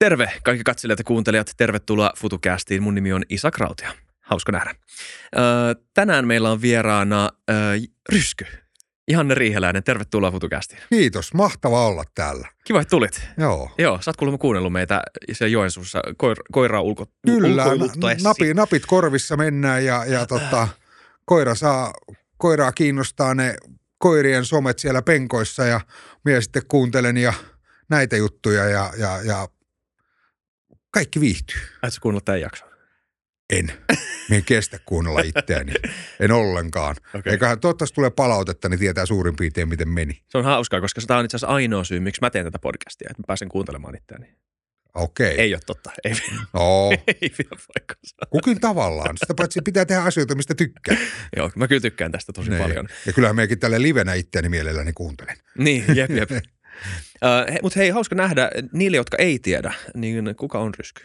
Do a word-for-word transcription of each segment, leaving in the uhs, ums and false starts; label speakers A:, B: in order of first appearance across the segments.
A: Terve kaikki katselijat ja kuuntelijat. Tervetuloa FutuCastiin. Mun nimi on Isak Rautia. Hauska nähdä. Öö, tänään meillä on vieraana öö, Rysky. Ihanne Riiheläinen. Tervetuloa FutuCastiin.
B: Kiitos. Mahtava olla täällä.
A: Kiva, että tulit.
B: Joo.
A: Joo, sä oot kuulemma kuunnellut meitä siellä Joensuussa koir- koiraa ulko-
B: Kyllä,
A: ulkoiluttaessa.
B: napi, napit korvissa mennään ja, ja tota, koira saa, koiraa kiinnostaa ne koirien somet siellä penkoissa ja minä sitten kuuntelen ja näitä juttuja ja, ja, ja kaikki viihtyy.
A: Äitsä kuunnella tämän jakson?
B: En. Minä en kestä kuunnella itseäni. En ollenkaan.
A: Okay.
B: Eiköhän toivottavasti tulee palautetta, niin tietää suurin piirtein, miten meni.
A: Se on hauskaa, koska tämä on itse asiassa ainoa syy, miksi mä teen tätä podcastia, että mä pääsen kuuntelemaan itseäni.
B: Okei.
A: Ei ole totta. Ei,
B: no.
A: ei pidä paikkansa.
B: Kukin tavallaan. Sitä paitsi pitää tehdä asioita, mistä tykkää.
A: Joo, mä kyllä tykkään tästä tosi
B: ne.
A: paljon.
B: Ja kyllähän mekin tälle livenä itseäni mielelläni kuuntelen.
A: Niin, jep, jep. uh, he, Mutta hei, hauska nähdä niille, jotka ei tiedä, niin kuka on Rysky?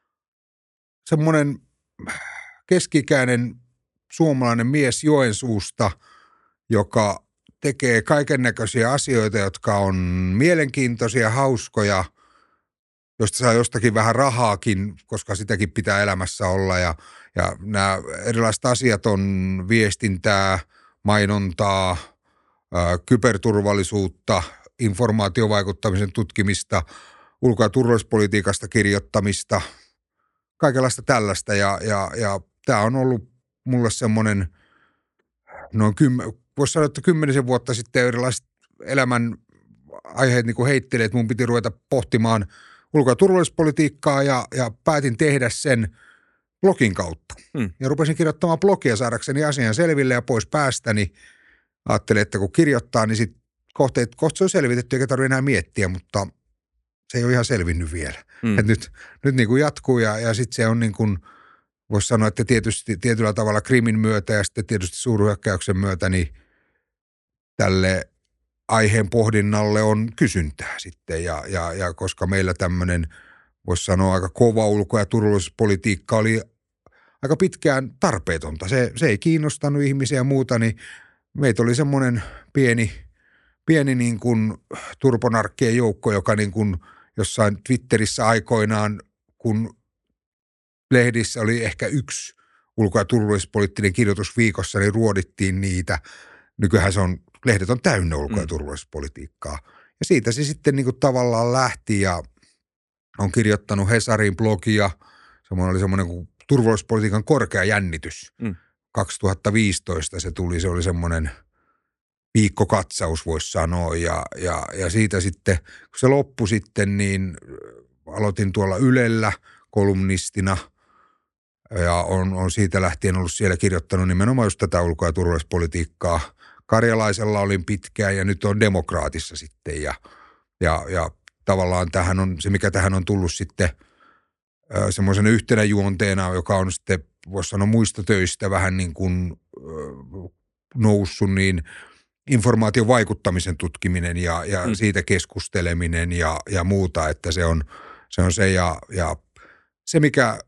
B: Semmoinen keski-ikäinen suomalainen mies Joensuusta, joka tekee kaikennäköisiä asioita, jotka on mielenkiintoisia, hauskoja, josta saa jostakin vähän rahaakin, koska sitäkin pitää elämässä olla. Ja, ja nämä erilaiset asiat on viestintää, mainontaa, ää, kyberturvallisuutta, informaatiovaikuttamisen tutkimista, ulko- ja turvallisuuspolitiikasta kirjoittamista, kaikenlaista tällaista. Ja, ja, ja tämä on ollut mulle semmoinen, noin kymmen, voisi sanoa, että kymmenisen vuotta sitten erilaiset elämän aiheet niin kuin heittelee, että mun piti ruveta pohtimaan ulko- ja turvallisuuspolitiikkaa ja, ja päätin tehdä sen blogin kautta. Hmm. Ja rupesin kirjoittamaan blogia saadakseni asian selville ja pois päästäni. Ajattelin, että kun kirjoittaa, niin sitten kohta, kohta se on selvitetty eikä tarvitse enää miettiä, mutta se ei ole ihan selvinnyt vielä. Hmm. Et nyt nyt niin kuin jatkuu ja, ja sitten se on niin kuin, voisi sanoa, että tietysti tietyllä tavalla Krimin myötä ja sitten tietysti suurhyökkäyksen myötä, niin tälle aiheen pohdinnalle on kysyntää sitten ja, ja, ja koska meillä tämmöinen, voisi sanoa, aika kova ulko- ja turvallisuuspolitiikka oli aika pitkään tarpeetonta. Se, se ei kiinnostanut ihmisiä ja muuta, niin meitä oli semmoinen pieni, pieni niin kuin turponarkkien joukko, joka niin kuin jossain Twitterissä aikoinaan, kun lehdissä oli ehkä yksi ulko- ja turvallisuuspoliittinen kirjoitus viikossa, niin ruodittiin niitä. Nykyään se on, lehdet on täynnä ulko- ja turvallisuuspolitiikkaa. Ja siitä se sitten niin kuin tavallaan lähti ja on kirjoittanut Hesarin blogia. Semmoinen oli semmoinen kuin turvallisuuspolitiikan korkea jännitys. Mm. kaksituhattaviisitoista se tuli, se oli semmoinen viikkokatsaus voisi sanoa ja, ja, ja siitä sitten, kun se loppui sitten, niin aloitin tuolla Ylellä kolumnistina ja on, on siitä lähtien ollut siellä kirjoittanut nimenomaan just tätä ulko- ja turvallisuuspolitiikkaa. Karjalaisella olin pitkään ja nyt on Demokraatissa sitten ja, ja, ja tavallaan tähän on, se mikä tähän on tullut sitten semmoisen yhtenä juonteena, joka on sitten voisi sanoa muista töistä vähän niin kuin äh, noussut, niin informaation vaikuttamisen tutkiminen ja, ja mm. siitä keskusteleminen ja, ja muuta, että se on se, on se ja, ja se mikä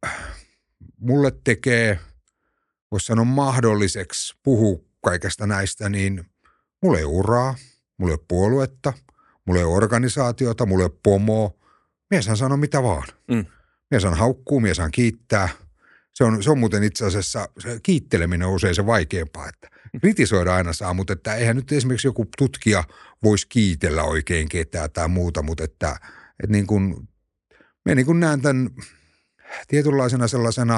B: mulle tekee, voisi sanoa mahdolliseksi puhua kaikesta näistä, niin mulla ei ole uraa, mulla ei ole puoluetta, mulla ei ole organisaatiota, mulla ei ole pomoa. Mie saan sanoa mitä vaan. Mm. Mie saan haukkua, mie saan kiittää. Se on, se on muuten itse asiassa, se kiitteleminen on usein se vaikeampaa, että kritisoida aina saa, mutta että eihän nyt esimerkiksi joku tutkija voisi kiitellä oikein ketään tai muuta, mutta että, että niin kuin, minä niin kuin näen tämän tietynlaisena sellaisena,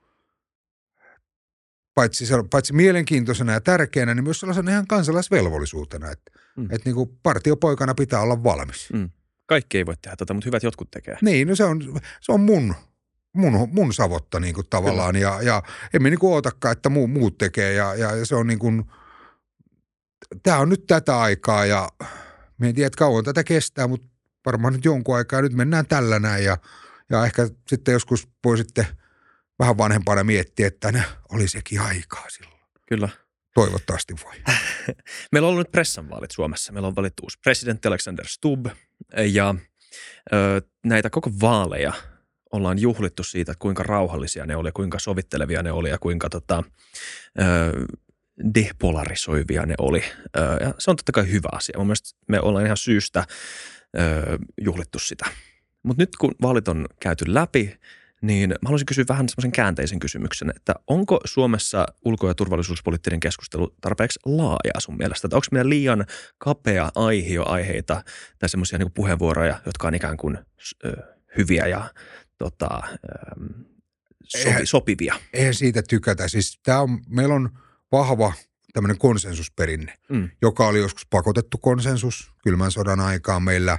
B: paitsi, paitsi mielenkiintoisena ja tärkeänä, niin myös sellaisena ihan kansalaisvelvollisuutena, että, mm. että niin kuin partiopoikana pitää olla valmis.
A: Mm. Kaikki ei voi tehdä tätä, mutta hyvät jotkut tekee.
B: Niin, no se on, se on mun, mun, mun savotta niin kuin tavallaan ja, ja emme niin kuin ootakaan, että muu, muut tekee ja, ja se on niin kuin, tämä on nyt tätä aikaa ja me en tiedä, että kauan tätä kestää, mutta varmaan nyt jonkun aikaa nyt mennään tällä näin ja, ja ehkä sitten joskus voi sitten vähän vanhempana miettiä, että ne oli sekin aikaa silloin.
A: Kyllä.
B: Toivottavasti voi.
A: Meillä on ollut nyt pressanvaalit Suomessa. Meillä on valittu uusi presidentti Alexander Stubb ja ö, näitä koko vaaleja ollaan juhlittu siitä, että kuinka rauhallisia ne oli, kuinka sovittelevia ne oli ja kuinka tota, ö, depolarisoivia ne oli. Ö, ja se on totta kai hyvä asia. Mun mielestä me ollaan ihan syystä ö, juhlittu sitä. Mutta nyt kun vaalit on käyty läpi, niin mä haluaisin kysyä vähän semmoisen käänteisen kysymyksen, että onko Suomessa ulko- ja turvallisuuspoliittinen keskustelu tarpeeksi laajaa sun mielestä? Että onko meillä liian kapea aihio aiheita tai semmoisia niin puheenvuoroja, jotka on ikään kuin ö, hyviä ja tota, ö, sopi, eihän, sopivia?
B: Eihän siitä tykätä. Siis tää on, meillä on vahva tämmöinen konsensusperinne, mm. joka oli joskus pakotettu konsensus kylmän sodan aikaan. Meillä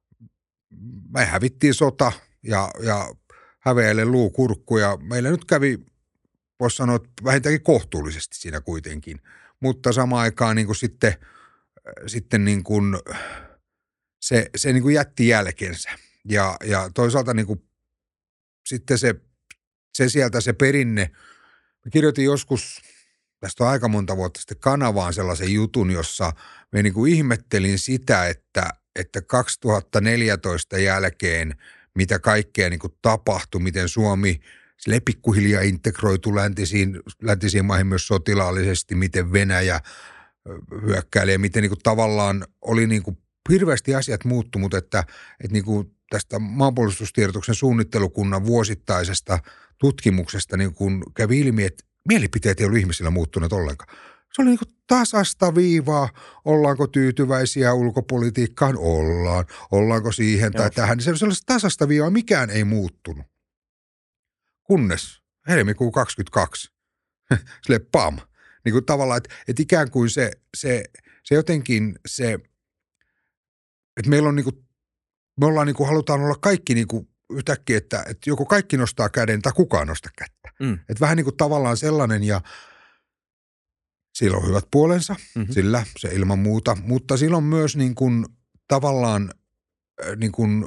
B: me hävittiin sota ja, ja häveälle luukurkku ja meillä nyt kävi, voisi sanoa, että vähintäänkin kohtuullisesti siinä kuitenkin. Mutta samaan aikaan niin kuin sitten, sitten niin kuin se, se niin kuin jätti jälkensä ja, ja toisaalta niin kuin sitten se, se sieltä se perinne. Mä kirjoitin joskus, tästä on aika monta vuotta sitten Kanavaan sellaisen jutun, jossa me niin kuin ihmettelin sitä, että, että kaksituhattaneljätoista jälkeen mitä kaikkea niin kuin tapahtui, miten Suomi sille pikkuhiljaa integroitu läntisiin, läntisiin maihin myös sotilaallisesti, miten Venäjä hyökkäili ja miten niin kuin tavallaan oli niin kuin hirveästi asiat muuttu, mutta että, että niin kuin tästä maanpuolustustiedotuksen suunnittelukunnan vuosittaisesta tutkimuksesta niin kuin kävi ilmi, että mielipiteet ei ollut ihmisillä muuttuneet ollenkaan. Se oli niin kuin tasasta viivaa, ollaanko tyytyväisiä ulkopolitiikkaan, ollaan, ollaanko siihen tai Joo. tähän. Se oli sellaista tasasta viivaa, mikään ei muuttunut. Kunnes helmikuun kaksikymmentäkaksi, sille pam, niin kuin tavallaan, että, että ikään kuin se, se, se jotenkin se, että meillä on niin kuin, me ollaan niin kuin, halutaan olla kaikki niin kuin yhtäkkiä, että, että joko kaikki nostaa käden tai kukaan nostaa kättä. Mm. Että vähän niin kuin tavallaan sellainen ja sillä on hyvät puolensa, mm-hmm. sillä se ilman muuta, mutta sillä on myös niin kuin tavallaan niin kuin,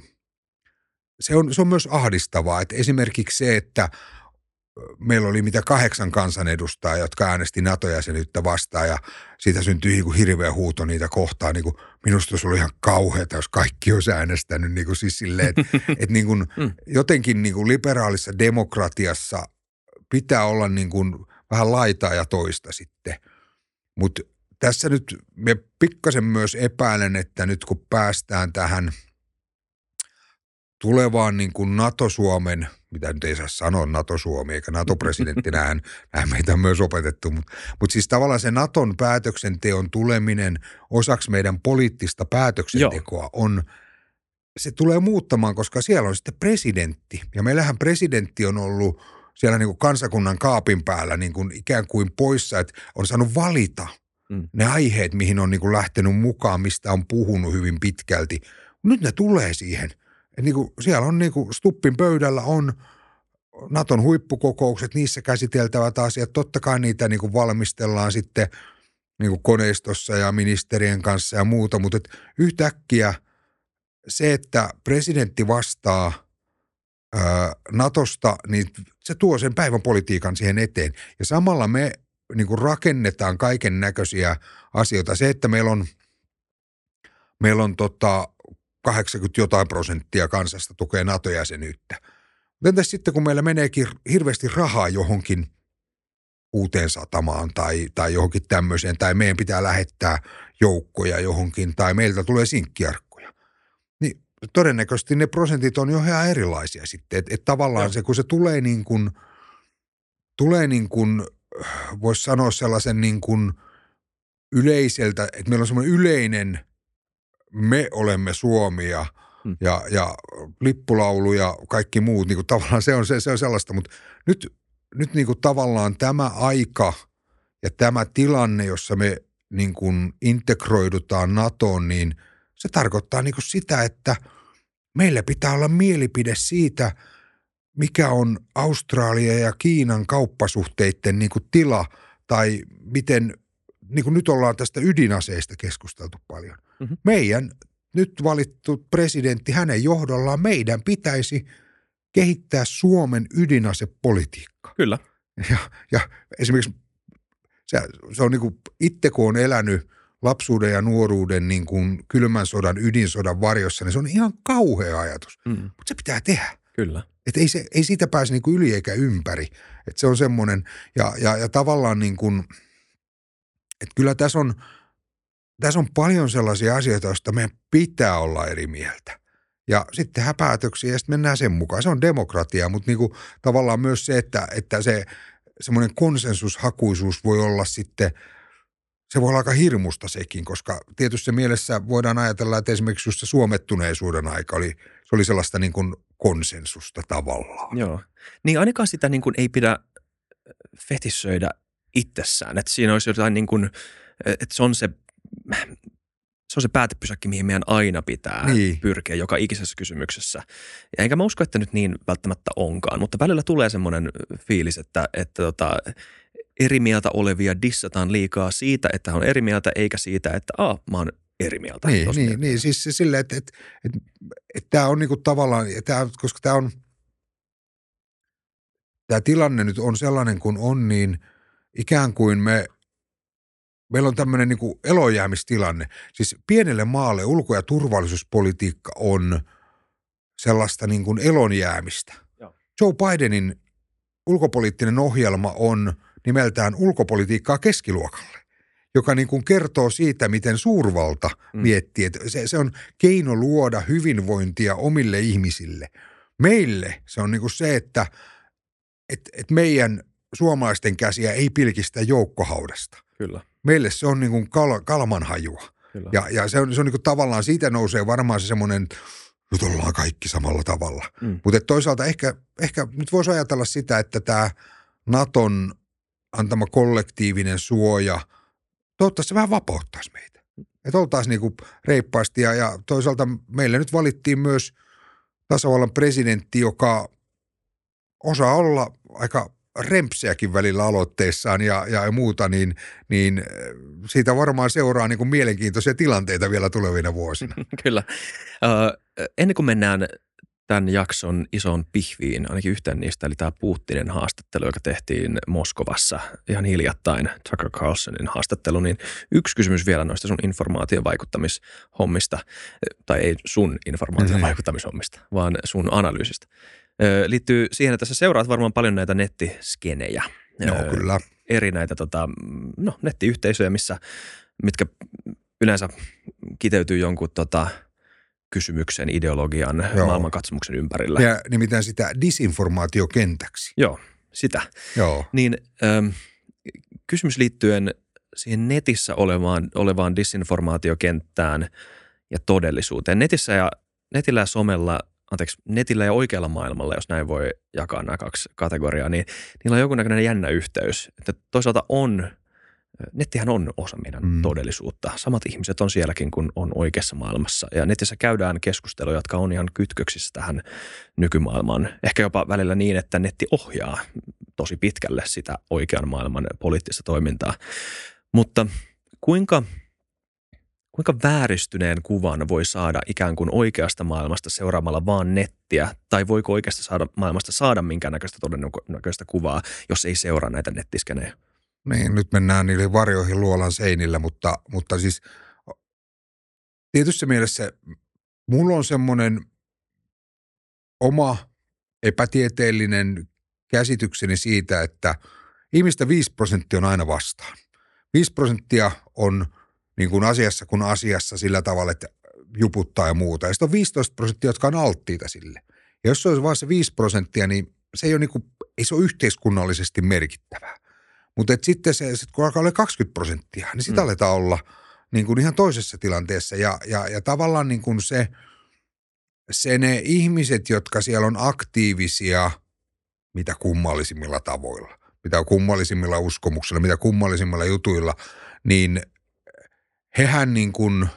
B: se on, se on myös ahdistavaa, että esimerkiksi se, että meillä oli mitä kahdeksan kansanedustajaa, jotka äänesti NATO-jäsenyyttä vastaan ja siitä syntyi niin kuin hirveä huuto niitä kohtaan. Niin kuin minusta se oli ihan kauheata, jos kaikki olisi äänestänyt niin kuin siis silleen, että, että niin kuin jotenkin niin kuin liberaalissa demokratiassa pitää olla niin kuin vähän laitaa ja toista sitten. Mutta tässä nyt me pikkasen myös epäilen, että nyt kun päästään tähän tulevaan niin kuin NATO-Suomen, mitä nyt ei saa sanoa NATO-Suomi eikä NATO-presidentti, näin, näin meitä on myös opetettu, mutta, mutta siis tavallaan se NATOn päätöksenteon tuleminen osaksi meidän poliittista päätöksentekoa Joo. on, se tulee muuttamaan, koska siellä on sitten presidentti ja meillähän presidentti on ollut siellä niin kuin kansakunnan kaapin päällä niin kuin ikään kuin poissa, että on saanut valita mm. ne aiheet, mihin on niin kuin lähtenyt mukaan, mistä on puhunut hyvin pitkälti. Nyt ne tulee siihen. Niin kuin siellä on niin kuin Stubbin pöydällä on NATOn huippukokoukset, niissä käsiteltävät asiat. Totta kai niitä niin kuin valmistellaan sitten niin kuin koneistossa ja ministerien kanssa ja muuta, mutta et yhtäkkiä se, että presidentti vastaa ää, NATOsta, niin se tuo sen päivän politiikan siihen eteen. Ja samalla me niin kuin rakennetaan kaiken näköisiä asioita. Se, että meillä on, meillä on tota kahdeksankymmentä jotain prosenttia kansasta tukee NATO-jäsenyyttä. Mutta entäs sitten, kun meillä meneekin hirveästi rahaa johonkin uuteen satamaan tai, tai johonkin tämmöiseen, tai meidän pitää lähettää joukkoja johonkin, tai meiltä tulee sinkkiarkkuja, niin todennäköisesti ne prosentit on jo ihan erilaisia sitten. Että et tavallaan se, kun se tulee niin kuin, tulee niin kuin, voisi sanoa sellaisen niin kuin yleiseltä, että meillä on semmoinen yleinen me olemme Suomi ja, hmm. ja, ja lippulaulu ja kaikki muut, niin kuin tavallaan se on, se, se on sellaista, mutta nyt, nyt niin kuin tavallaan tämä aika ja tämä tilanne, jossa me niin kuin integroidutaan NATOon, niin se tarkoittaa niin kuin sitä, että meillä pitää olla mielipide siitä, mikä on Australia ja Kiinan kauppasuhteiden niin kuin tila tai miten, niin kuin nyt ollaan tästä ydinaseista keskusteltu paljon. Mm-hmm. Meidän nyt valittu presidentti, hänen johdollaan meidän pitäisi kehittää Suomen ydinasepolitiikkaa.
A: Kyllä.
B: Ja, ja esimerkiksi se, se on niin kuin itse kun on elänyt lapsuuden ja nuoruuden niin kuin kylmän sodan, ydinsodan varjossa, niin se on ihan kauhea ajatus. Mm. Mutta se pitää tehdä.
A: Kyllä.
B: Että ei, se, ei siitä pääse niin kuin yli eikä ympäri. Että se on semmoinen, ja, ja, ja tavallaan niin kuin, että kyllä tässä on, tässä on paljon sellaisia asioita, joista meidän pitää olla eri mieltä. Ja sitten tehdään päätöksiä ja sitten mennään sen mukaan. Se on demokratia, mutta niinku tavallaan myös se, että, että se semmoinen konsensushakuisuus voi olla sitten, se voi olla aika hirmusta sekin, koska tietysti mielessä voidaan ajatella, että esimerkiksi just se suomettuneisuuden aika oli, se oli sellaista niin kuin konsensusta tavallaan.
A: Joo. Niin ainakaan sitä niin kuin ei pidä fetisöidä itsessään, että siinä olisi jotain niin kuin, että se on se, se on se päätepysäkki, mihin meidän aina pitää niin pyrkiä joka ikisessä kysymyksessä. Ja enkä mä usko, että nyt niin välttämättä onkaan, mutta välillä tulee semmoinen fiilis, että, että tota, eri mieltä olevia dissataan liikaa siitä, että on eri mieltä, eikä siitä, että a, mä oon eri mieltä.
B: Niin, niin, niin, siis se silleen, että, että, että, että tämä on niinku tavallaan, tämä, koska tämä on, tämä tilanne nyt on sellainen kuin on, niin ikään kuin me, meillä on tämmöinen niinku elojäämistilanne. Siis pienelle maalle ulko- ja turvallisuuspolitiikka on sellaista niin kuin elonjäämistä. Joo. Joe Bidenin ulkopoliittinen ohjelma on nimeltään ulkopolitiikkaa keskiluokalle, joka niin kuin kertoo siitä, miten suurvalta mm. miettii. Että se, se on keino luoda hyvinvointia omille ihmisille. Meille se on niin kuin se, että et, et meidän suomalaisten käsiä ei pilkistä joukkohaudasta. Kyllä. Meille se on niin kuin kal, kalmanhajua. Kyllä. Ja, ja se on, se on niin kuin tavallaan, siitä nousee varmaan se semmoinen, nyt ollaan kaikki samalla tavalla. Mm. Mutta toisaalta ehkä, ehkä nyt voisi ajatella sitä, että tämä Naton antama kollektiivinen suoja, toivottavasti se vähän vapauttaisi meitä. Että oltaisiin niinku reippaasti ja, ja toisaalta meille nyt valittiin myös tasavallan presidentti, joka osaa olla aika rempseäkin välillä aloitteessaan ja, ja muuta, niin, niin siitä varmaan seuraa niinku mielenkiintoisia tilanteita vielä tulevina vuosina.
A: Kyllä. Uh, ennen kuin mennään tämän jakson isoon pihviin, ainakin yhteen niistä, eli tämä Putinin haastattelu, joka tehtiin Moskovassa ihan hiljattain, Tucker Carlsonin haastattelu, niin yksi kysymys vielä noista sun informaatiovaikuttamishommista, tai ei sun informaatiovaikuttamishommista, mm-hmm. vaan sun analyysistä, liittyy siihen, että sä seuraat varmaan paljon näitä nettiskenejä.
B: No kyllä.
A: Eri näitä tota, no, nettiyhteisöjä, missä, mitkä yleensä kiteytyy jonkun tota, kysymyksen, ideologian, Joo. maailmankatsomuksen ympärillä.
B: Ja nimittäin sitä disinformaatiokentäksi.
A: Joo, sitä.
B: Joo.
A: Niin ähm, kysymys liittyen siihen netissä olevaan, olevaan disinformaatiokenttään ja todellisuuteen. Netissä ja, netillä ja somella, anteeksi, netillä ja oikealla maailmalla, jos näin voi jakaa nämä kaksi kategoriaa, niin niillä on jonkunnäköinen jännä yhteys. Että toisaalta on, nettihän on osa meidän mm. todellisuutta. Samat ihmiset on sielläkin, kun on oikeassa maailmassa. Ja netissä käydään keskusteluja, jotka on ihan kytköksissä tähän nykymaailmaan. Ehkä jopa välillä niin, että netti ohjaa tosi pitkälle sitä oikean maailman poliittista toimintaa. Mutta kuinka, kuinka vääristyneen kuvan voi saada ikään kuin oikeasta maailmasta seuraamalla vaan nettiä? Tai voiko oikeasta saada, maailmasta saada minkäännäköistä todennäköistä kuvaa, jos ei seuraa näitä nettiskenejä?
B: Niin, nyt mennään niille varjoihin luolan seinillä, mutta, mutta siis tietyssä mielessä mulla on semmoinen oma epätieteellinen käsitykseni siitä, että ihmistä viisi prosenttia on aina vastaan. Viisi prosenttia on niin kuin asiassa kuin asiassa sillä tavalla, että juputtaa ja muuta. Ja sitten on viisitoista prosenttia, jotka on alttiita sille. Ja jos se olisi vain se viisi prosenttia, niin se ei ole, niin kuin, ei se ole yhteiskunnallisesti merkittävää. Mutta sitten se, sit kun alkaa olla kaksikymmentä prosenttia, niin sitä mm. aletaan olla niin kuin ihan toisessa tilanteessa. Ja, ja, ja tavallaan niin kuin se, se ne ihmiset, jotka siellä on aktiivisia mitä kummallisimmilla tavoilla, mitä kummallisimmilla uskomuksilla, mitä kummallisimmilla jutuilla, niin hehän niin kuin,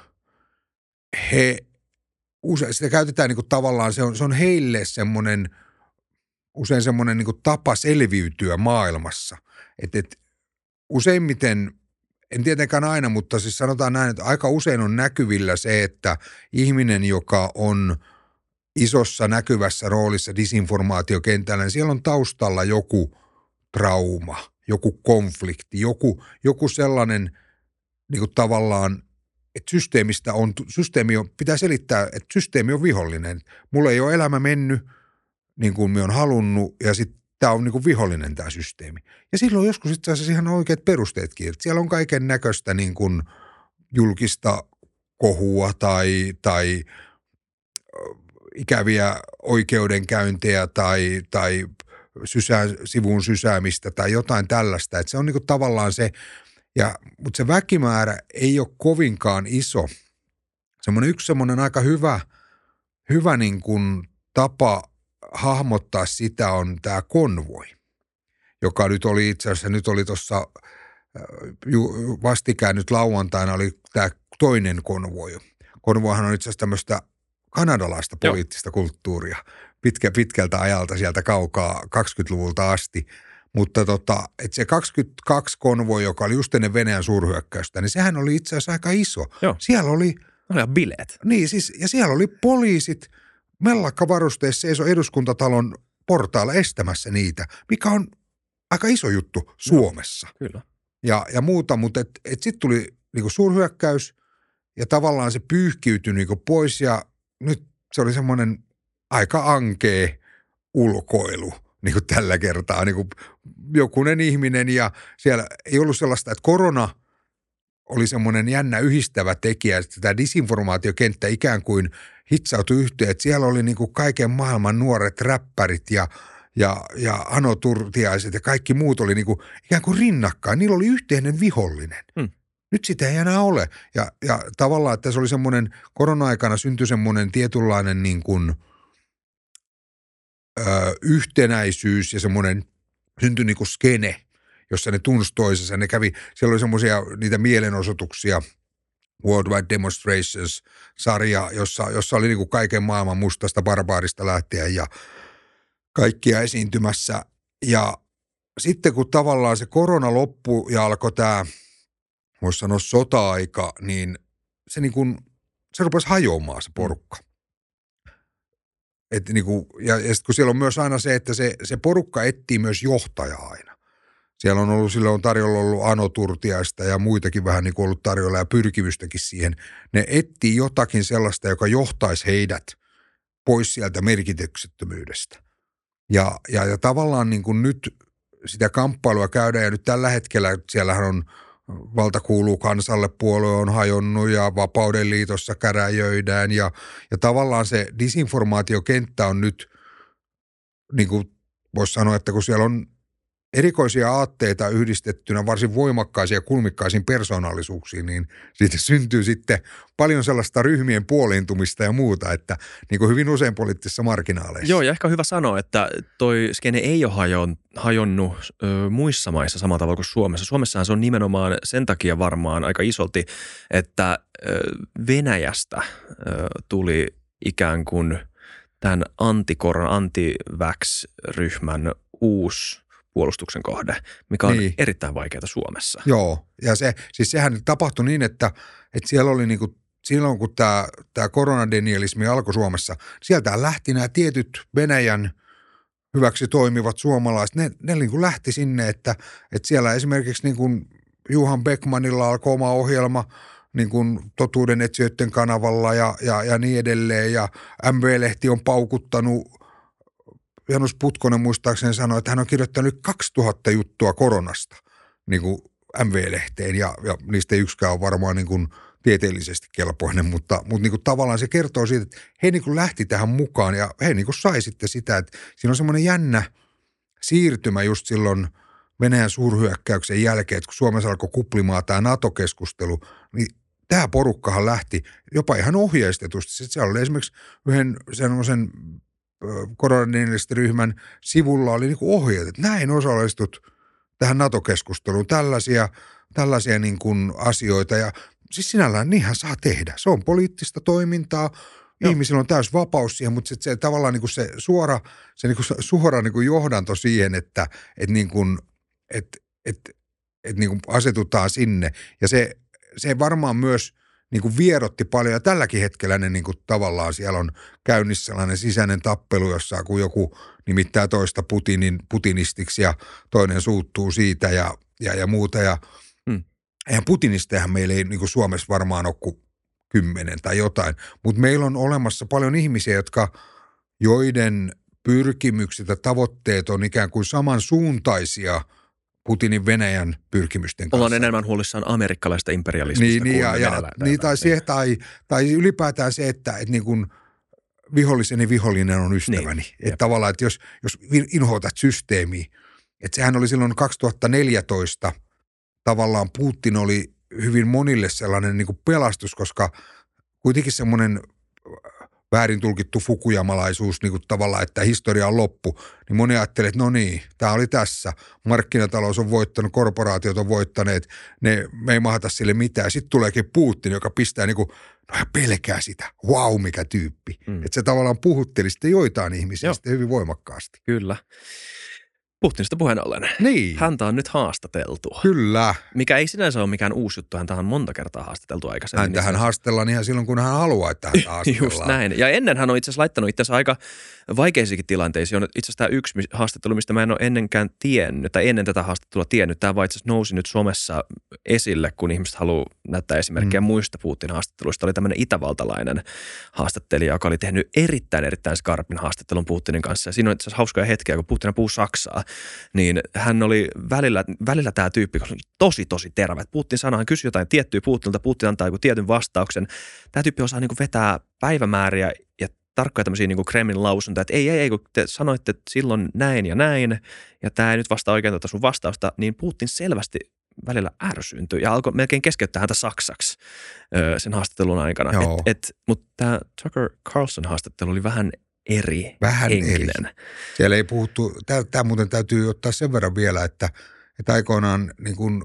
B: he, usein sitä käytetään niin kuin tavallaan, se on, se on heille semmoinen, usein semmoinen niin kuin tapa selviytyä maailmassa. Että et, useimmiten, en tietenkään aina, mutta siis sanotaan näin, että aika usein on näkyvillä se, että ihminen, joka on isossa näkyvässä roolissa disinformaatiokentällä, niin siellä on taustalla joku trauma, joku konflikti, joku, joku sellainen niin kuin tavallaan, että systeemistä on, systeemi on, pitää selittää, että systeemi on vihollinen. Mulla ei ole elämä mennyt niin kuin minä olen halunnut ja sitten tämä on niin kuin vihollinen tämä systeemi. Ja silloin joskus itse asiassa ihan oikeat perusteetkin, että siellä on kaiken näköistä niin kuin julkista kohua tai, tai ikäviä oikeudenkäyntejä tai, tai sysää, sivun sysäämistä tai jotain tällaista. Että se on niin kuin tavallaan se, ja, mutta se väkimäärä ei ole kovinkaan iso. Semmoinen yksi semmoinen aika hyvä, hyvä niin kuin tapa hahmottaa sitä on tämä konvoi, joka nyt oli itse asiassa, nyt oli tuossa vastikään nyt lauantaina oli tämä toinen konvoi. Konvoihan on itse asiassa tämmöistä kanadalaista poliittista Joo. kulttuuria pitkä, pitkältä ajalta sieltä kaukaa kaksikymmentäluvulta asti. Mutta tota, että se kaksikymmentäkaksi konvoi, joka oli just ennen Venäjän suurhyökkäystä, niin sehän oli itse asiassa aika iso.
A: Joo.
B: Siellä oli...
A: Oli bileet.
B: Niin siis, ja siellä oli poliisit mellakkavarusteessa seiso eduskuntatalon portailla estämässä niitä, mikä on aika iso juttu Suomessa.
A: No, kyllä.
B: Ja, ja muuta, mutta et, et sitten tuli niinku suurhyökkäys ja tavallaan se pyyhkiytyi niinku pois ja nyt se oli semmoinen aika ankea ulkoilu niinku tällä kertaa. Niinku jokunen ihminen ja siellä ei ollut sellaista, että korona oli semmoinen jännä yhdistävä tekijä, että tämä disinformaatiokenttä ikään kuin hitsautui yhteen, että siellä oli niinku kaiken maailman nuoret räppärit ja Ja, ja Ano Turtiaiset ja kaikki muut oli niinku ikään kuin rinnakkain. Niillä oli yhteinen vihollinen. Hmm. Nyt sitä ei enää ole. Ja, ja tavallaan, että se oli semmoinen, korona-aikana syntyi semmoinen tietynlainen niin kuin, ö, yhtenäisyys ja semmoinen syntyi niin kuin skene, jossa ne tunsi toisensa. Ne kävi, siellä oli semmoisia niitä mielenosoituksia, Worldwide Demonstrations-sarja, jossa, jossa oli niin kuin kaiken maailman mustasta barbaarista lähtien ja kaikkia esiintymässä. Ja sitten kun tavallaan se korona loppui ja alkoi tämä, voisi sanoa sota-aika, niin se, niin kuin, se rupesi hajoamaan se porukka. Et niin kuin, ja ja sitten kun siellä on myös aina se, että se, se porukka etsii myös johtajaa aina. Siellä on ollut, silloin on tarjolla ollut Ano Turtiaista ja muitakin vähän niin kuin ollut tarjolla ja pyrkimystäkin siihen. Ne etsii jotakin sellaista, joka johtaisi heidät pois sieltä merkityksettömyydestä. Ja, ja, ja tavallaan niin kuin nyt sitä kamppailua käydään ja nyt tällä hetkellä siellähän on valta kuuluu kansalle, puolue on hajonnut ja Vapauden liitossa käräjöidään ja, ja tavallaan se disinformaatiokenttä on nyt, niin kuin voisi sanoa, että kun siellä on erikoisia aatteita yhdistettynä varsin voimakkaisiin ja kulmikkaisiin persoonallisuuksiin, niin siitä syntyy sitten paljon sellaista ryhmien puoliintumista ja muuta, että niin kuin hyvin usein poliittisissa marginaaleissa.
A: Joo, ja ehkä hyvä sanoa, että toi skene ei ole hajon, hajonnut ö, muissa maissa samalla tavalla kuin Suomessa. Suomessahan se on nimenomaan sen takia varmaan aika isolti, että ö, Venäjästä ö, tuli ikään kuin tämän antikoron, anti-vax-ryhmän uusi puolustuksen kohde, mikä on niin erittäin vaikeaa Suomessa.
B: Joo, ja se, siis sehän tapahtui niin, että, että siellä oli niin kuin, silloin kun tämä, tämä koronadenialismi alkoi Suomessa, sieltä lähti nämä tietyt Venäjän hyväksi toimivat suomalaiset, ne, ne niin kuin lähti sinne, että, että siellä esimerkiksi niin kuin Johan Beckmanilla alkoi oma ohjelma niin kuin totuuden etsijöiden kanavalla ja, ja, ja niin edelleen, ja M V-lehti on paukuttanut. Janus Putkonen muistaakseni sanoi, että hän on kirjoittanut kaksituhatta juttua koronasta niin kuin M V-lehteen ja, ja niistä ei yksikään ole varmaan niin kuin tieteellisesti kelpoinen, mutta, mutta niin kuin tavallaan se kertoo siitä, että he niin kuin lähti tähän mukaan ja he niin kuin sai sitten sitä, että siinä on semmoinen jännä siirtymä just silloin Venäjän suurhyökkäyksen jälkeen, että kun Suomessa alkoi kuplimaan tämä NATO-keskustelu, niin tämä porukkahan lähti jopa ihan ohjeistetusti. Sitten siellä oli esimerkiksi yhden semmoisen koronadenialistiryhmän sivulla oli niin kuin ohjeet, että näin osallistut tähän NATO-keskusteluun, tällaisia, tällaisia niin kuin asioita ja siis sinällään niinhän saa tehdä. Se on poliittista toimintaa, Joo. Ihmisillä on täys vapaus siihen, mutta se, se tavallaan niin kuin se suora, se niin kuin suora niin kuin johdanto siihen, että et niin kuin, et, et, et niin kuin asetutaan sinne ja se, se varmaan myös niin kuin vierotti paljon ja tälläkin hetkellä ne niin kuin tavallaan siellä on käynnissä sellainen sisäinen tappelu, jossa kun joku nimittää toista Putinin, putinistiksi ja toinen suuttuu siitä ja, ja, ja muuta. Ja hmm. eihän putinistehän meillä ei niin kuin Suomessa varmaan ole kuin kymmenen tai jotain, mutta meillä on olemassa paljon ihmisiä, jotka, joiden pyrkimykset ja tavoitteet on ikään kuin samansuuntaisia Putinin Venäjän pyrkimysten kanssa.
A: Ollaan enemmän huolissaan amerikkalaista imperialismista
B: niin,
A: kuin
B: niin, ja,
A: venäläistä.
B: Niin, tai, se, tai, tai ylipäätään se, että, että niin kuin viholliseni vihollinen on ystäväni.
A: Niin.
B: Että tavallaan, että jos, jos inhoatat systeemiä, että sehän oli silloin kaksituhattaneljätoista tavallaan Putin oli hyvin monille sellainen niin kuin pelastus, koska kuitenkin semmoinen väärin tulkittu fukujamalaisuus niin kuin tavallaan, että historia on loppu, niin moni ajattelee, että no niin, tämä oli tässä. Markkinatalous on voittanut, korporaatiot on voittaneet, ne, me ei mahata sille mitään. Sitten tuleekin Putin, joka pistää niin kuin, no pelkää sitä, vau, mikä tyyppi. Mm. Että se tavallaan puhutteli sitten joitain ihmisiä sitten hyvin voimakkaasti.
A: Kyllä. Putinista puheen ollen.
B: Niin.
A: Häntä on nyt haastateltu.
B: Kyllä.
A: Mikä ei sinänsä ole mikään uusi juttu. Häntä on monta kertaa haastateltu aikaisemmin.
B: Häntähän niin haastellaan ihan silloin, kun hän haluaa, että häntä haastellaan.
A: Just näin. Ja ennen hän on itse asiassa laittanut itse asiassa aika vaikeisiinkin tilanteisiin. On itse asiassa tämä yksi haastattelu, mistä mä en ole ennenkään tiennyt, tai ennen tätä haastattelua tiennyt. Tämä vaan itse asiassa nousi nyt somessa esille, kun ihmiset haluaa näyttää esimerkkejä mm. muista Putin haastatteluista. Oli tämmöinen itävaltalainen haastattelija, joka oli tehnyt erittäin, erittäin skarpin haastattelun Putinin kanssa. Ja siinä on itse asiassa hauskoja hetkiä, kun Putin puhuu saksaa. Niin hän oli välillä, välillä tämä tyyppi, koska tosi, tosi terve. Putin sanoi, hän kysyi jotain tiettyä Putinilta, Putin antaa joku tietyn vastauksen. Tämä tyyppi osaa niin kuin vetää päivämääriä ja tarkkoja tämmöisiä niin kuin Kremlin lausuntoja, että ei, ei, ei, kun te sanoitte silloin näin ja näin, ja tämä ei nyt vastaa oikein tuota sun vastausta, niin Putin selvästi välillä ärsyyntyi ja alkoi melkein keskeyttää häntä saksaksi öö, sen haastattelun aikana. Et, et, mutta tämä Tucker Carlson haastattelu oli vähän eri
B: Vähän
A: henkinen.
B: eri. Siellä ei puhuttu, tämä muuten täytyy ottaa sen verran vielä, että, että aikoinaan niin kuin,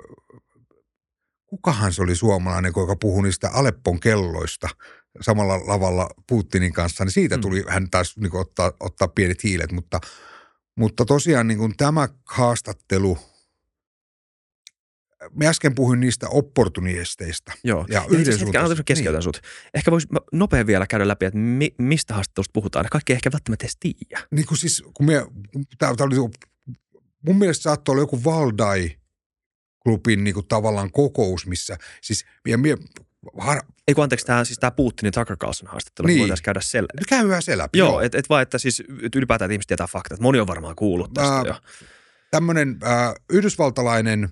B: kukahan se oli suomalainen, joka puhui niistä Aleppon kelloista samalla lavalla Putinin kanssa, niin siitä tuli, mm. hän taisi niin kuin ottaa, ottaa pienet hiilet, mutta, mutta tosiaan niin kuin tämä haastattelu, me äsken puhuin niistä opportunisteista.
A: Joo.
B: Ja,
A: ja yhden hetken, anna keskeytän niin. sut. Ehkä voisi nopea vielä käydä läpi, että mi, mistä haastattelusta puhutaan. Kaikki ehkä välttämättä edes tiedä. Niin
B: kuin siis, kun me, tää, tää oli, mun mielestä saattoi olla joku Valdai-klubin niin kuin tavallaan kokous, missä, siis, ja mie, har...
A: Ei kun anteeksi, tämä siis Putinin Tucker Carlson haastattelu, niin. voitaisiin käydä se läpi.
B: Käydään se läpi.
A: Joo, että et vaan, että siis et ylipäätään että ihmiset tietää faktat. Moni on varmaan kuullut tästä äh, jo.
B: Tämmöinen äh, yhdysvaltalainen,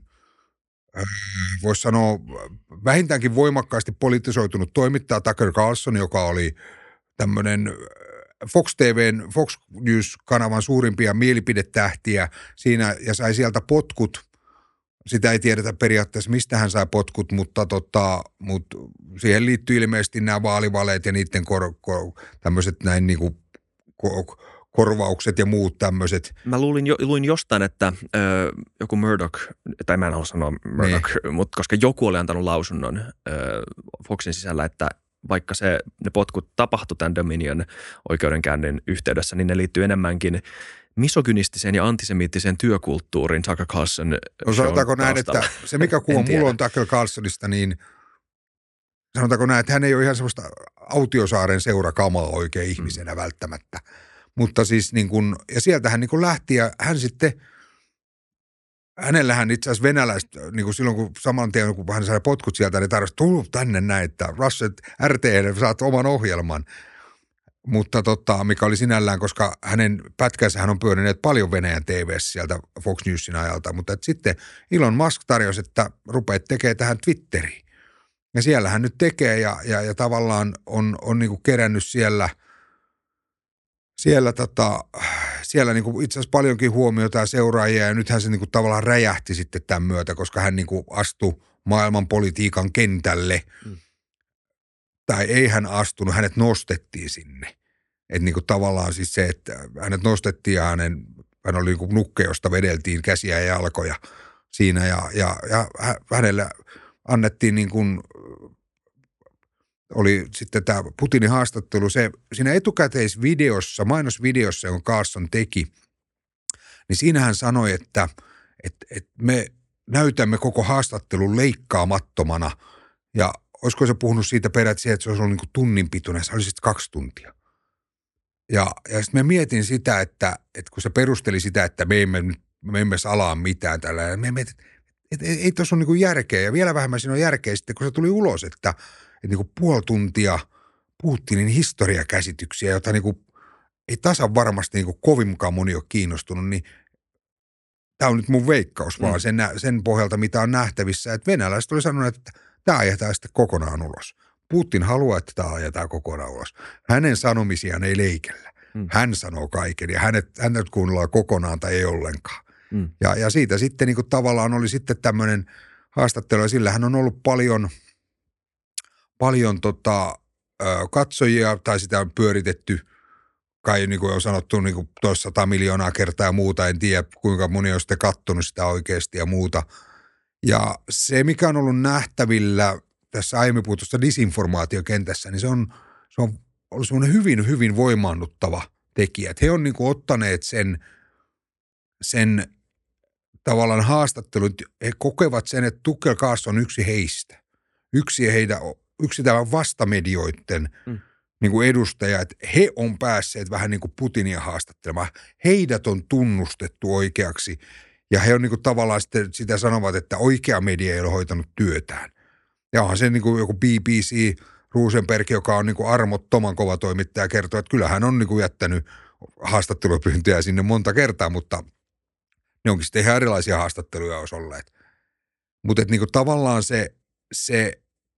B: voisi sanoa vähintäänkin voimakkaasti politisoitunut toimittaja Tucker Carlson, joka oli tämmöinen Fox T V:n, Fox News-kanavan suurimpia mielipidetähtiä siinä ja sai sieltä potkut. Sitä ei tiedetä periaatteessa, mistä hän sai potkut, mutta, tota, mutta siihen liittyy ilmeisesti nämä vaalivaleet ja niiden kor, kor, tämmöiset näin niin kuin kor, korvaukset ja muut tämmöiset.
A: Mä luulin, jo, luin jostain, että ö, joku Murdoch, tai mä en halua sanoa Murdoch, niin. mutta koska joku oli antanut lausunnon ö, Foxin sisällä, että vaikka se, ne potkut tapahtui tämän Dominion oikeudenkäynnin yhteydessä, niin ne liittyy enemmänkin misogynistiseen ja antisemiittiseen työkulttuuriin Tucker Carlson.
B: No sanotaanko näin, että se mikä kuva mulla on Tucker Carlsonista, niin sanotaanko näin, että hän ei ole ihan semmoista Autiosaaren seurakamaa oikein ihmisenä mm. välttämättä. Mutta siis niin kuin, ja sieltä hän niin kuin lähti ja hän sitten, hänellähän itse asiassa venäläiset, niin kuin silloin kun saman tien kun hän sai potkut sieltä, niin tarvitsi tulla tänne näin, että Russell R T N saat oman ohjelman. Mutta tota, mikä oli sinällään, koska hänen pätkänsä hän on pyörineet paljon Venäjän T V:ssä sieltä Fox Newsin ajalta, mutta että sitten Elon Musk tarjosi, että rupeat tekemään tähän Twitteriin. Ja siellä hän nyt tekee ja, ja, ja tavallaan on, on niin kuin kerännyt siellä – Siellä, tota, siellä niinku itse asiassa paljonkin huomiota ja seuraajia ja nythän se niinku tavallaan räjähti sitten tämän myötä, koska hän niinku astui maailmanpolitiikan kentälle. Mm. Tai ei hän astunut, hänet nostettiin sinne. Että niinku tavallaan siis se, että hänet nostettiin ja hänen, hän oli niinku nukke, josta vedeltiin käsiä ja jalkoja siinä ja, ja, ja hänelle annettiin niin kuin oli sitten tämä Putinin haastattelu, se siinä etukäteisvideossa, mainosvideossa, jonka Carlson teki, niin siinä hän sanoi, että, että, että me näytämme koko haastattelun leikkaamattomana ja olisiko se puhunut siitä periaatteessa, että se olisi ollut niin kuin tunnin pituinen, se oli sitten kaksi tuntia. Ja, ja sitten mä mietin sitä, että, että kun se perusteli sitä, että me emme, me emme salaa mitään tällä, me mietin, että ei, ei tuossa ole niin kuin järkeä ja vielä vähemmän siinä on järkeä sitten, kun se tuli ulos, että että niin kuin puoli tuntia Putinin historiakäsityksiä, jota niin kuin ei tasan varmasti niin kuin kovinkaan moni ole kiinnostunut, niin tämä on nyt mun veikkaus vaan mm. sen, sen pohjalta, mitä on nähtävissä, että venäläiset oli sanonut, että tämä ajetaan sitten kokonaan ulos. Putin haluaa, että tämä ajetaan kokonaan ulos. Hänen sanomisiaan ei leikellä. Mm. Hän sanoo kaiken ja hänet, hänet kuunnellaan kokonaan tai ei ollenkaan. Mm. Ja, ja siitä sitten niin kuin tavallaan oli sitten tämmöinen haastattelu ja sillä hän on ollut paljon, paljon tota, katsojia tai sitä on pyöritetty kai niin kuin on sanottu niin kuin toissataa miljoonaa kertaa ja muuta. En tiedä kuinka moni on sitten katsonut sitä oikeasti ja muuta. Ja se mikä on ollut nähtävillä tässä aiemmin puhutussa disinformaatiokentässä, niin se on, se on ollut semmoinen hyvin, hyvin voimaannuttava tekijä. Että he on niin kuin ottaneet sen, sen tavallaan haastattelun, he kokevat sen, että Tucker Carlson on yksi heistä. Yksi, heidän, yksi tämän vastamedioiden mm. niin kuin edustaja, että he on päässeet vähän niin kuin Putinia haastattelemaan. Heidät on tunnustettu oikeaksi ja he on niin kuin tavallaan sitten sitä sanovat, että oikea media ei ole hoitanut työtään. Ja onhan se niin kuin joku B B C Rosenberg, joka on niin kuin armottoman kova toimittaja, kertoo, että kyllä hän on niin kuin jättänyt haastattelupyyntöjä sinne monta kertaa, mutta ne onkin sitten ihan erilaisia haastatteluja olisi olleet. Mutta niin kuin tavallaan se, se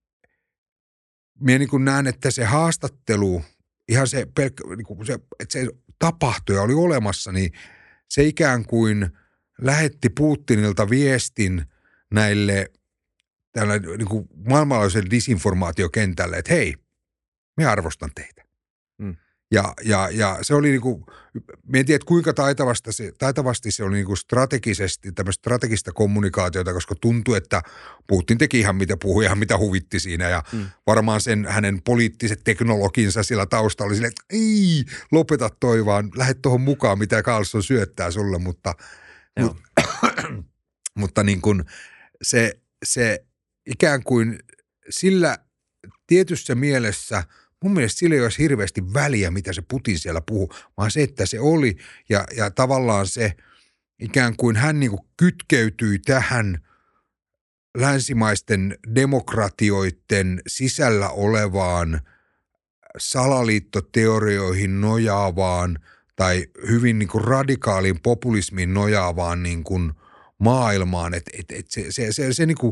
B: minä niin kuin näen, että se haastattelu, ihan se, pelkkä, niin kuin se, että se tapahtui ja oli olemassa, niin se ikään kuin lähetti Putinilta viestin näille tällä niin kuin maailmanlaajuiselle disinformaatiokentälle, että hei, minä arvostan teitä. Mm. Ja, ja, ja se oli niin kuin, en tiedä kuinka taitavasti se, taitavasti se oli niin kuin strategisesti, tämmöistä strategista kommunikaatiota, koska tuntui, että Putin teki ihan mitä puhui, ihan mitä huvitti siinä ja mm. varmaan sen hänen poliittiset teknologinsa sillä taustalla oli silleen, että ei, lopeta toi vaan, lähde tuohon mukaan, mitä Carlson syöttää sulle, mutta, mut, mutta niin kuin se, se ikään kuin sillä tietyssä mielessä, mun mielestä sillä ei olisi hirveästi väliä, mitä se Putin siellä puhuu, vaan se, että se oli ja, ja tavallaan se ikään kuin hän niin kuin kytkeytyi tähän länsimaisten demokratioiden sisällä olevaan salaliittoteorioihin nojaavaan tai hyvin niin kuin radikaaliin populismiin nojaavaan niin kuin maailmaan, että et, et se, se, se, se, niin kuin,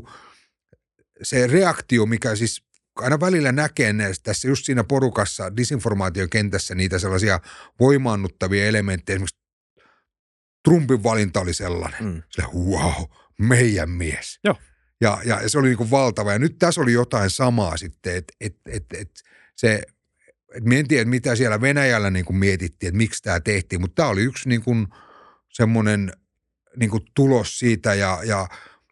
B: se reaktio, mikä siis aina välillä näkee tässä just siinä porukassa, disinformaatiokentässä niitä sellaisia voimaannuttavia elementtejä. Esimerkiksi Trumpin valinta oli sellainen. Mm. Sillä wow, meidän mies.
A: Joo.
B: Ja, ja se oli niin kuin valtava. Ja nyt tässä oli jotain samaa sitten, että et, et, et se, et mä en tiedä, mitä siellä Venäjällä niin kuin mietittiin, että miksi tämä tehtiin, mutta tämä oli yksi niin kuin semmoinen niin kuin tulos siitä ja, ja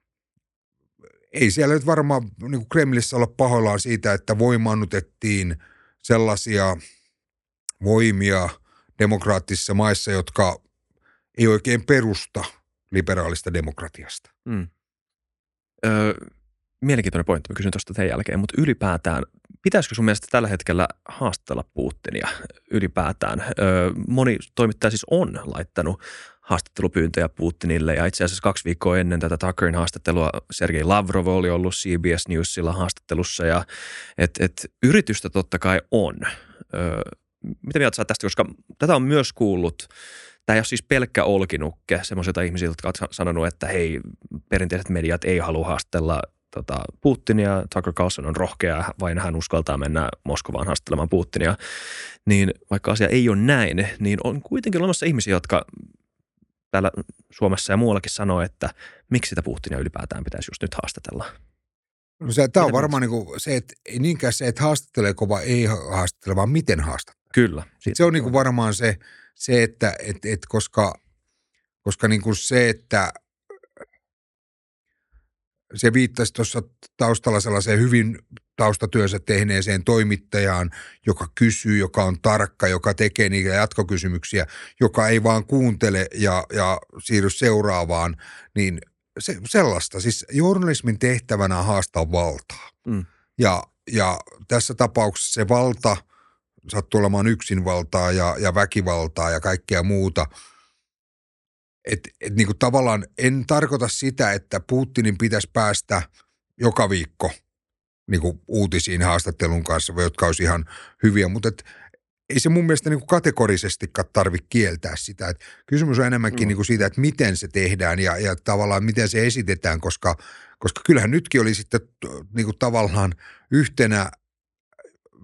B: ei siellä nyt varmaan niin kuin Kremlissä olla pahoillaan siitä, että voimaannutettiin sellaisia voimia demokraattisissa maissa, jotka ei oikein perusta liberaalista demokratiasta. Mm.
A: Öö, mielenkiintoinen pointti, mä kysyn tuosta teidän jälkeen, mutta ylipäätään, pitäisikö sun mielestä tällä hetkellä haastatella Putinia ylipäätään? Öö, moni toimittaja siis on laittanut haastattelupyyntöjä Putinille ja itse asiassa kaksi viikkoa ennen tätä Tuckerin haastattelua Sergei Lavrov oli ollut C B S Newsilla haastattelussa ja että et, yritystä totta kai on. Öö, mitä mieltä sä tästä, koska tätä on myös kuullut, tämä ei ole siis pelkkä olkinukke semmoisilta ihmisiltä, jotka ovat sanonut, että hei, perinteiset mediat ei halua haastatella tota, Putinia, Tucker Carlson on rohkea, vain hän uskaltaa mennä Moskovaan haastattelemaan Putinia, niin vaikka asia ei ole näin, niin on kuitenkin olemassa ihmisiä, jotka täällä Suomessa ja muuallakin sanoo, että miksi sitä Putinia ylipäätään pitäisi just nyt haastatella.
B: No se, tämä on varmaan niin kuin se, että ei niinkään se, että haastatteleeko vai ei haastattele, vaan miten haastattelee.
A: Kyllä.
B: Se on niin kuin varmaan se, se että et, et koska, koska niin kuin se, että se viittasi tuossa taustalla sellaiseen hyvin taustatyönsä tehneeseen toimittajaan, joka kysyy, joka on tarkka, joka tekee niitä jatkokysymyksiä, joka ei vaan kuuntele ja, ja siirry seuraavaan, niin se, sellaista. Siis journalismin tehtävänä on haastaa valtaa. Mm. Ja, ja tässä tapauksessa se valta sattuu olemaan yksinvaltaa ja, ja väkivaltaa ja kaikkea muuta. Että et niinku tavallaan en tarkoita sitä, että Putinin pitäisi päästä joka viikko niinku uutisiin haastattelun kanssa, jotka olisi ihan hyviä, mutta et ei se mun mielestä niinku kategorisestikaan tarvitse kieltää sitä. Et kysymys on enemmänkin mm. niinku siitä, että miten se tehdään ja, ja tavallaan miten se esitetään, koska, koska kyllähän nytkin oli sitten niinku tavallaan yhtenä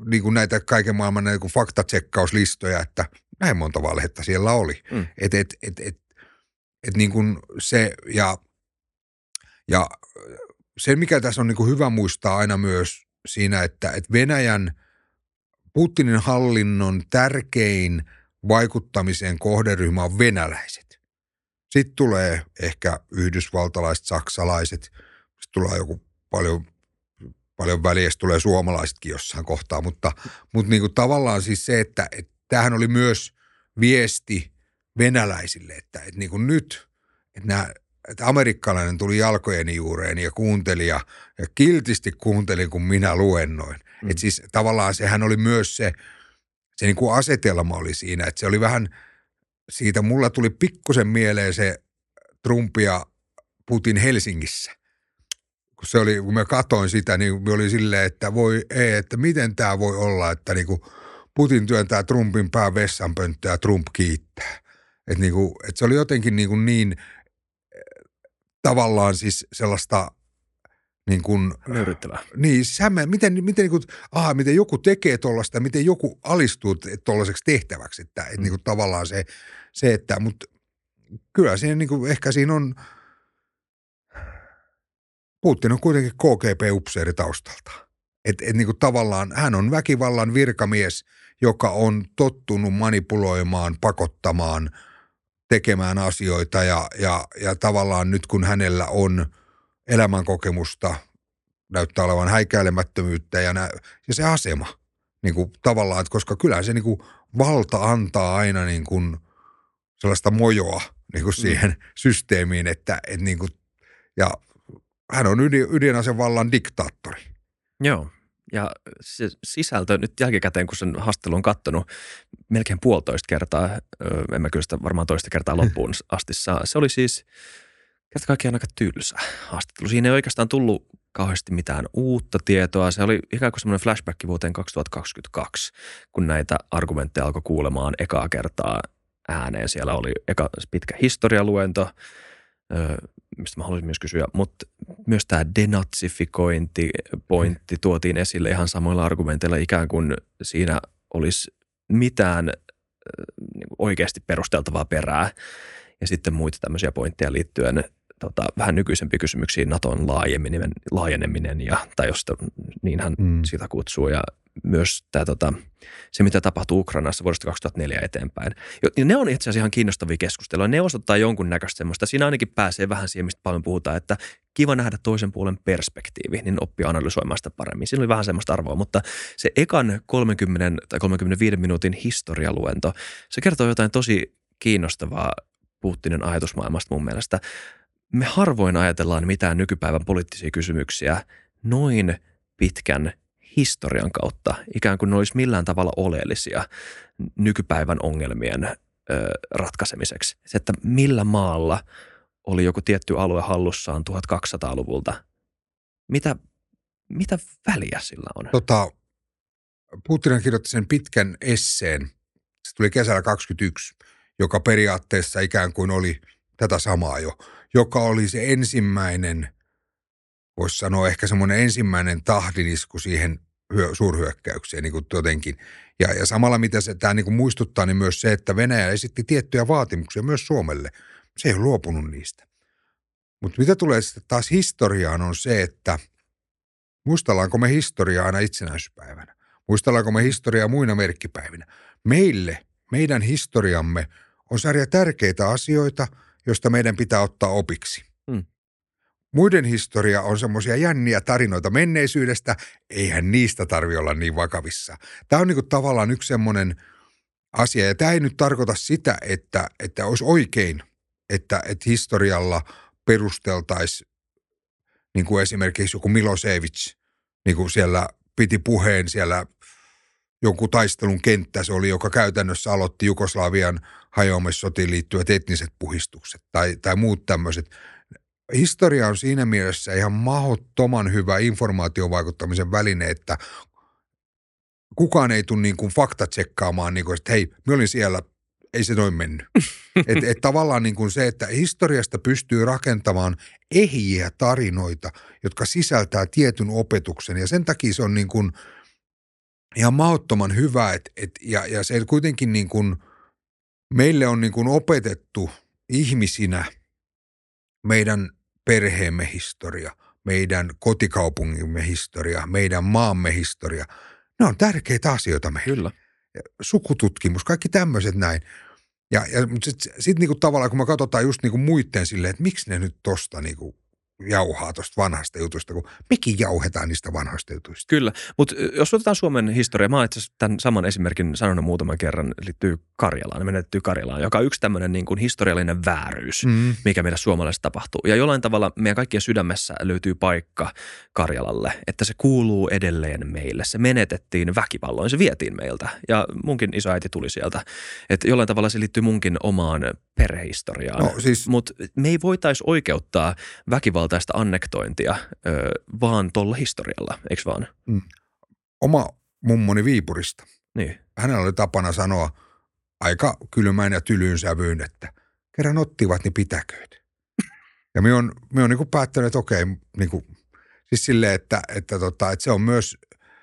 B: niin kuin näitä kaiken maailman niin kuin faktatsekkauslistoja, että näin monta valhetta siellä oli. Mm. Että et, et, et, et niin kuin se, ja, ja se mikä tässä on niin kuin hyvä muistaa aina myös siinä, että et Venäjän, Putinin hallinnon tärkein vaikuttamisen kohderyhmä on venäläiset. Sitten tulee ehkä yhdysvaltalaiset, saksalaiset, sitten tulee joku paljon, paljon väliä, tulee suomalaisetkin jossain kohtaa, mutta, mutta niin kuin tavallaan siis se, että, että tämähän oli myös viesti venäläisille, että, että niin kuin nyt, että, nämä, että amerikkalainen tuli jalkojeni juureen ja kuunteli ja, ja kiltisti kuuntelin, kun minä luennoin. Mm. Että siis tavallaan sehän oli myös se, se niin kuin asetelma oli siinä, että se oli vähän siitä, mulla tuli pikkusen mieleen se Trump ja Putin Helsingissä. Kun se oli, kun mä katoin sitä, niin oli silleen, että voi ei, että miten tämä voi olla, että niin kuin Putin työntää Trumpin pää vessanpönttöä ja Trump kiittää. Että niin kuin, että se oli jotenkin niin kuin niin tavallaan siis sellaista niin kuin
A: nöyryttävää.
B: Niin, sämmä, miten, miten, niin kuin, aha, miten joku tekee tuollaista, miten joku alistuu tuollaiseksi tehtäväksi, että, että mm. niin kuin tavallaan se, se että, mutta kyllä siinä niin kuin, ehkä siinä on, Putin on kuitenkin K G B-upseeri taustalta. Että et, niin kuin tavallaan hän on väkivallan virkamies, joka on tottunut manipuloimaan, pakottamaan, tekemään asioita ja, ja, ja tavallaan nyt kun hänellä on elämänkokemusta, näyttää olevan häikäilemättömyyttä ja, nä, ja se asema niin kuin tavallaan, että koska kyllä se niin kuin valta antaa aina niin kuin sellaista mojoa niin kuin siihen mm. systeemiin, että et niin kuin, ja hän on ydin, ydinasevallan diktaattori.
A: Joo, ja se sisältö nyt jälkikäteen, kun sen haastattelu on katsonut melkein puolitoista kertaa, en mä kyllä sitä varmaan toista kertaa loppuun asti saa. Se oli siis kerta kaikkiaan aika tylsä haastattelu. Siinä ei oikeastaan tullut kauheasti mitään uutta tietoa. Se oli ikään kuin semmoinen flashback vuoteen kaksituhattakaksikymmentäkaksi, kun näitä argumentteja alkoi kuulemaan ekaa kertaa ääneen. Siellä oli eka pitkä historialuento, mistä mä haluaisin myös kysyä, mutta myös tämä denatsifikointi pointti tuotiin esille ihan samoilla argumenteilla, ikään kuin siinä olisi mitään oikeasti perusteltavaa perää. Ja sitten muita tämmöisiä pointteja liittyen tota, vähän nykyisempiin kysymyksiin, Naton laajeneminen, laajeneminen ja, tai jos niin hän mm. sitä kutsuu, ja myös tämä, tota, se, mitä tapahtuu Ukrainassa vuodesta kaksituhattaneljä eteenpäin. Ja ne on itse asiassa ihan kiinnostavia keskusteluja. Ne osoittaa jonkunnäköistä semmoista. Siinä ainakin pääsee vähän siihen, mistä paljon puhutaan, että kiva nähdä toisen puolen perspektiivi, niin oppii analysoimaan sitä paremmin. Siinä oli vähän semmoista arvoa, mutta se ekan kolmekymmentä tai kolmekymmentäviisi minuutin historialuento, se kertoo jotain tosi kiinnostavaa Putinin ajatusmaailmasta mun mielestä. Me harvoin ajatellaan mitään nykypäivän poliittisia kysymyksiä noin pitkän historian kautta, ikään kuin ne olisi millään tavalla oleellisia nykypäivän ongelmien ö, ratkaisemiseksi. Se, että millä maalla oli joku tietty alue hallussaan tuhatkaksisataaluvulta, mitä, mitä väliä sillä on?
B: Tota, Putin kirjoitti sen pitkän esseen, se tuli kesällä kaksikymmentäyksi, joka periaatteessa ikään kuin oli tätä samaa jo, joka oli se ensimmäinen, voisi sanoa ehkä semmoinen ensimmäinen tahdinisku siihen hyö, suurhyökkäykseen niin kuin jotenkin. Ja, ja samalla mitä se tämä niin kuin muistuttaa, niin myös se, että Venäjä esitti tiettyjä vaatimuksia myös Suomelle. Se ei ole luopunut niistä. Mutta mitä tulee sitten taas historiaan on se, että muistellaanko me historiaa aina itsenäisyyspäivänä? Muistellaanko me historiaa muina merkkipäivinä? Meille, meidän historiamme on sarja tärkeitä asioita, joista meidän pitää ottaa opiksi. Hmm. Muiden historia on semmoisia jänniä tarinoita menneisyydestä, eihän niistä tarvitse olla niin vakavissa. Tämä on niin kuin tavallaan yksi semmoinen asia, ja tämä ei nyt tarkoita sitä, että, että olisi oikein, että, että historialla perusteltaisiin, niin kuin esimerkiksi joku Milosevic, niin kuin siellä piti puheen siellä jonkun taistelun kenttä se oli, joka käytännössä aloitti Jugoslavian hajoamissotiin liittyvät etniset puhistukset tai, tai muut tämmöiset. Historia on siinä mielessä ihan mahdottoman hyvä informaatiovaikuttamisen väline, että kukaan ei tule niin kuin faktatsekkaamaan, niin kuin, että hei, mä olin siellä, ei se noin mennyt. Että et tavallaan niin kuin se, että historiasta pystyy rakentamaan ehjiä tarinoita, jotka sisältää tietyn opetuksen ja sen takia se on niin kuin ihan mahdottoman hyvä, et, et, ja, ja se kuitenkin niin kuin, meille on niin kuin opetettu ihmisinä meidän perheemme historia, meidän kotikaupungimme historia, meidän maamme historia. Ne on tärkeitä asioita meille.
A: Kyllä.
B: Sukututkimus, kaikki tämmöiset näin. Ja, ja sitten sit niinku tavallaan, kun me katsotaan just niinku muitten silleen, että miksi ne nyt tosta niinku jauhaa tuosta vanhasta jutusta, kun mekin jauhetaan niistä vanhoista jutuista.
A: Kyllä, mutta jos otetaan Suomen historia, mä oon itse asiassa tämän saman esimerkin sanonut muutaman kerran, liittyy Karjalaan, menettyy Karjalaan, joka on yksi tämmöinen niin kuin historiallinen vääryys, mm. mikä meidän suomalaisessa tapahtuu. Ja jollain tavalla meidän kaikkien sydämessä löytyy paikka Karjalalle, että se kuuluu edelleen meille. Se menetettiin väkivalloin, se vietiin meiltä ja munkin isoäiti tuli sieltä. Että jollain tavalla se liittyy munkin omaan perhehistoriaan,
B: no, siis...
A: mutta me ei voitaisi oikeuttaa väkivaltaista annektointia ö, vaan tuolla historialla, eikö vaan?
B: Mm. Oma mummoni Viipurista.
A: Niin.
B: Hänellä oli tapana sanoa aika kylmään ja tylyyn sävyyn, että kerran ottivat, niin pitäkööt. Ja me on, me on niin kuin päättänyt, että okei, niin kuin, siis silleen, että, että, tota, että se on myös,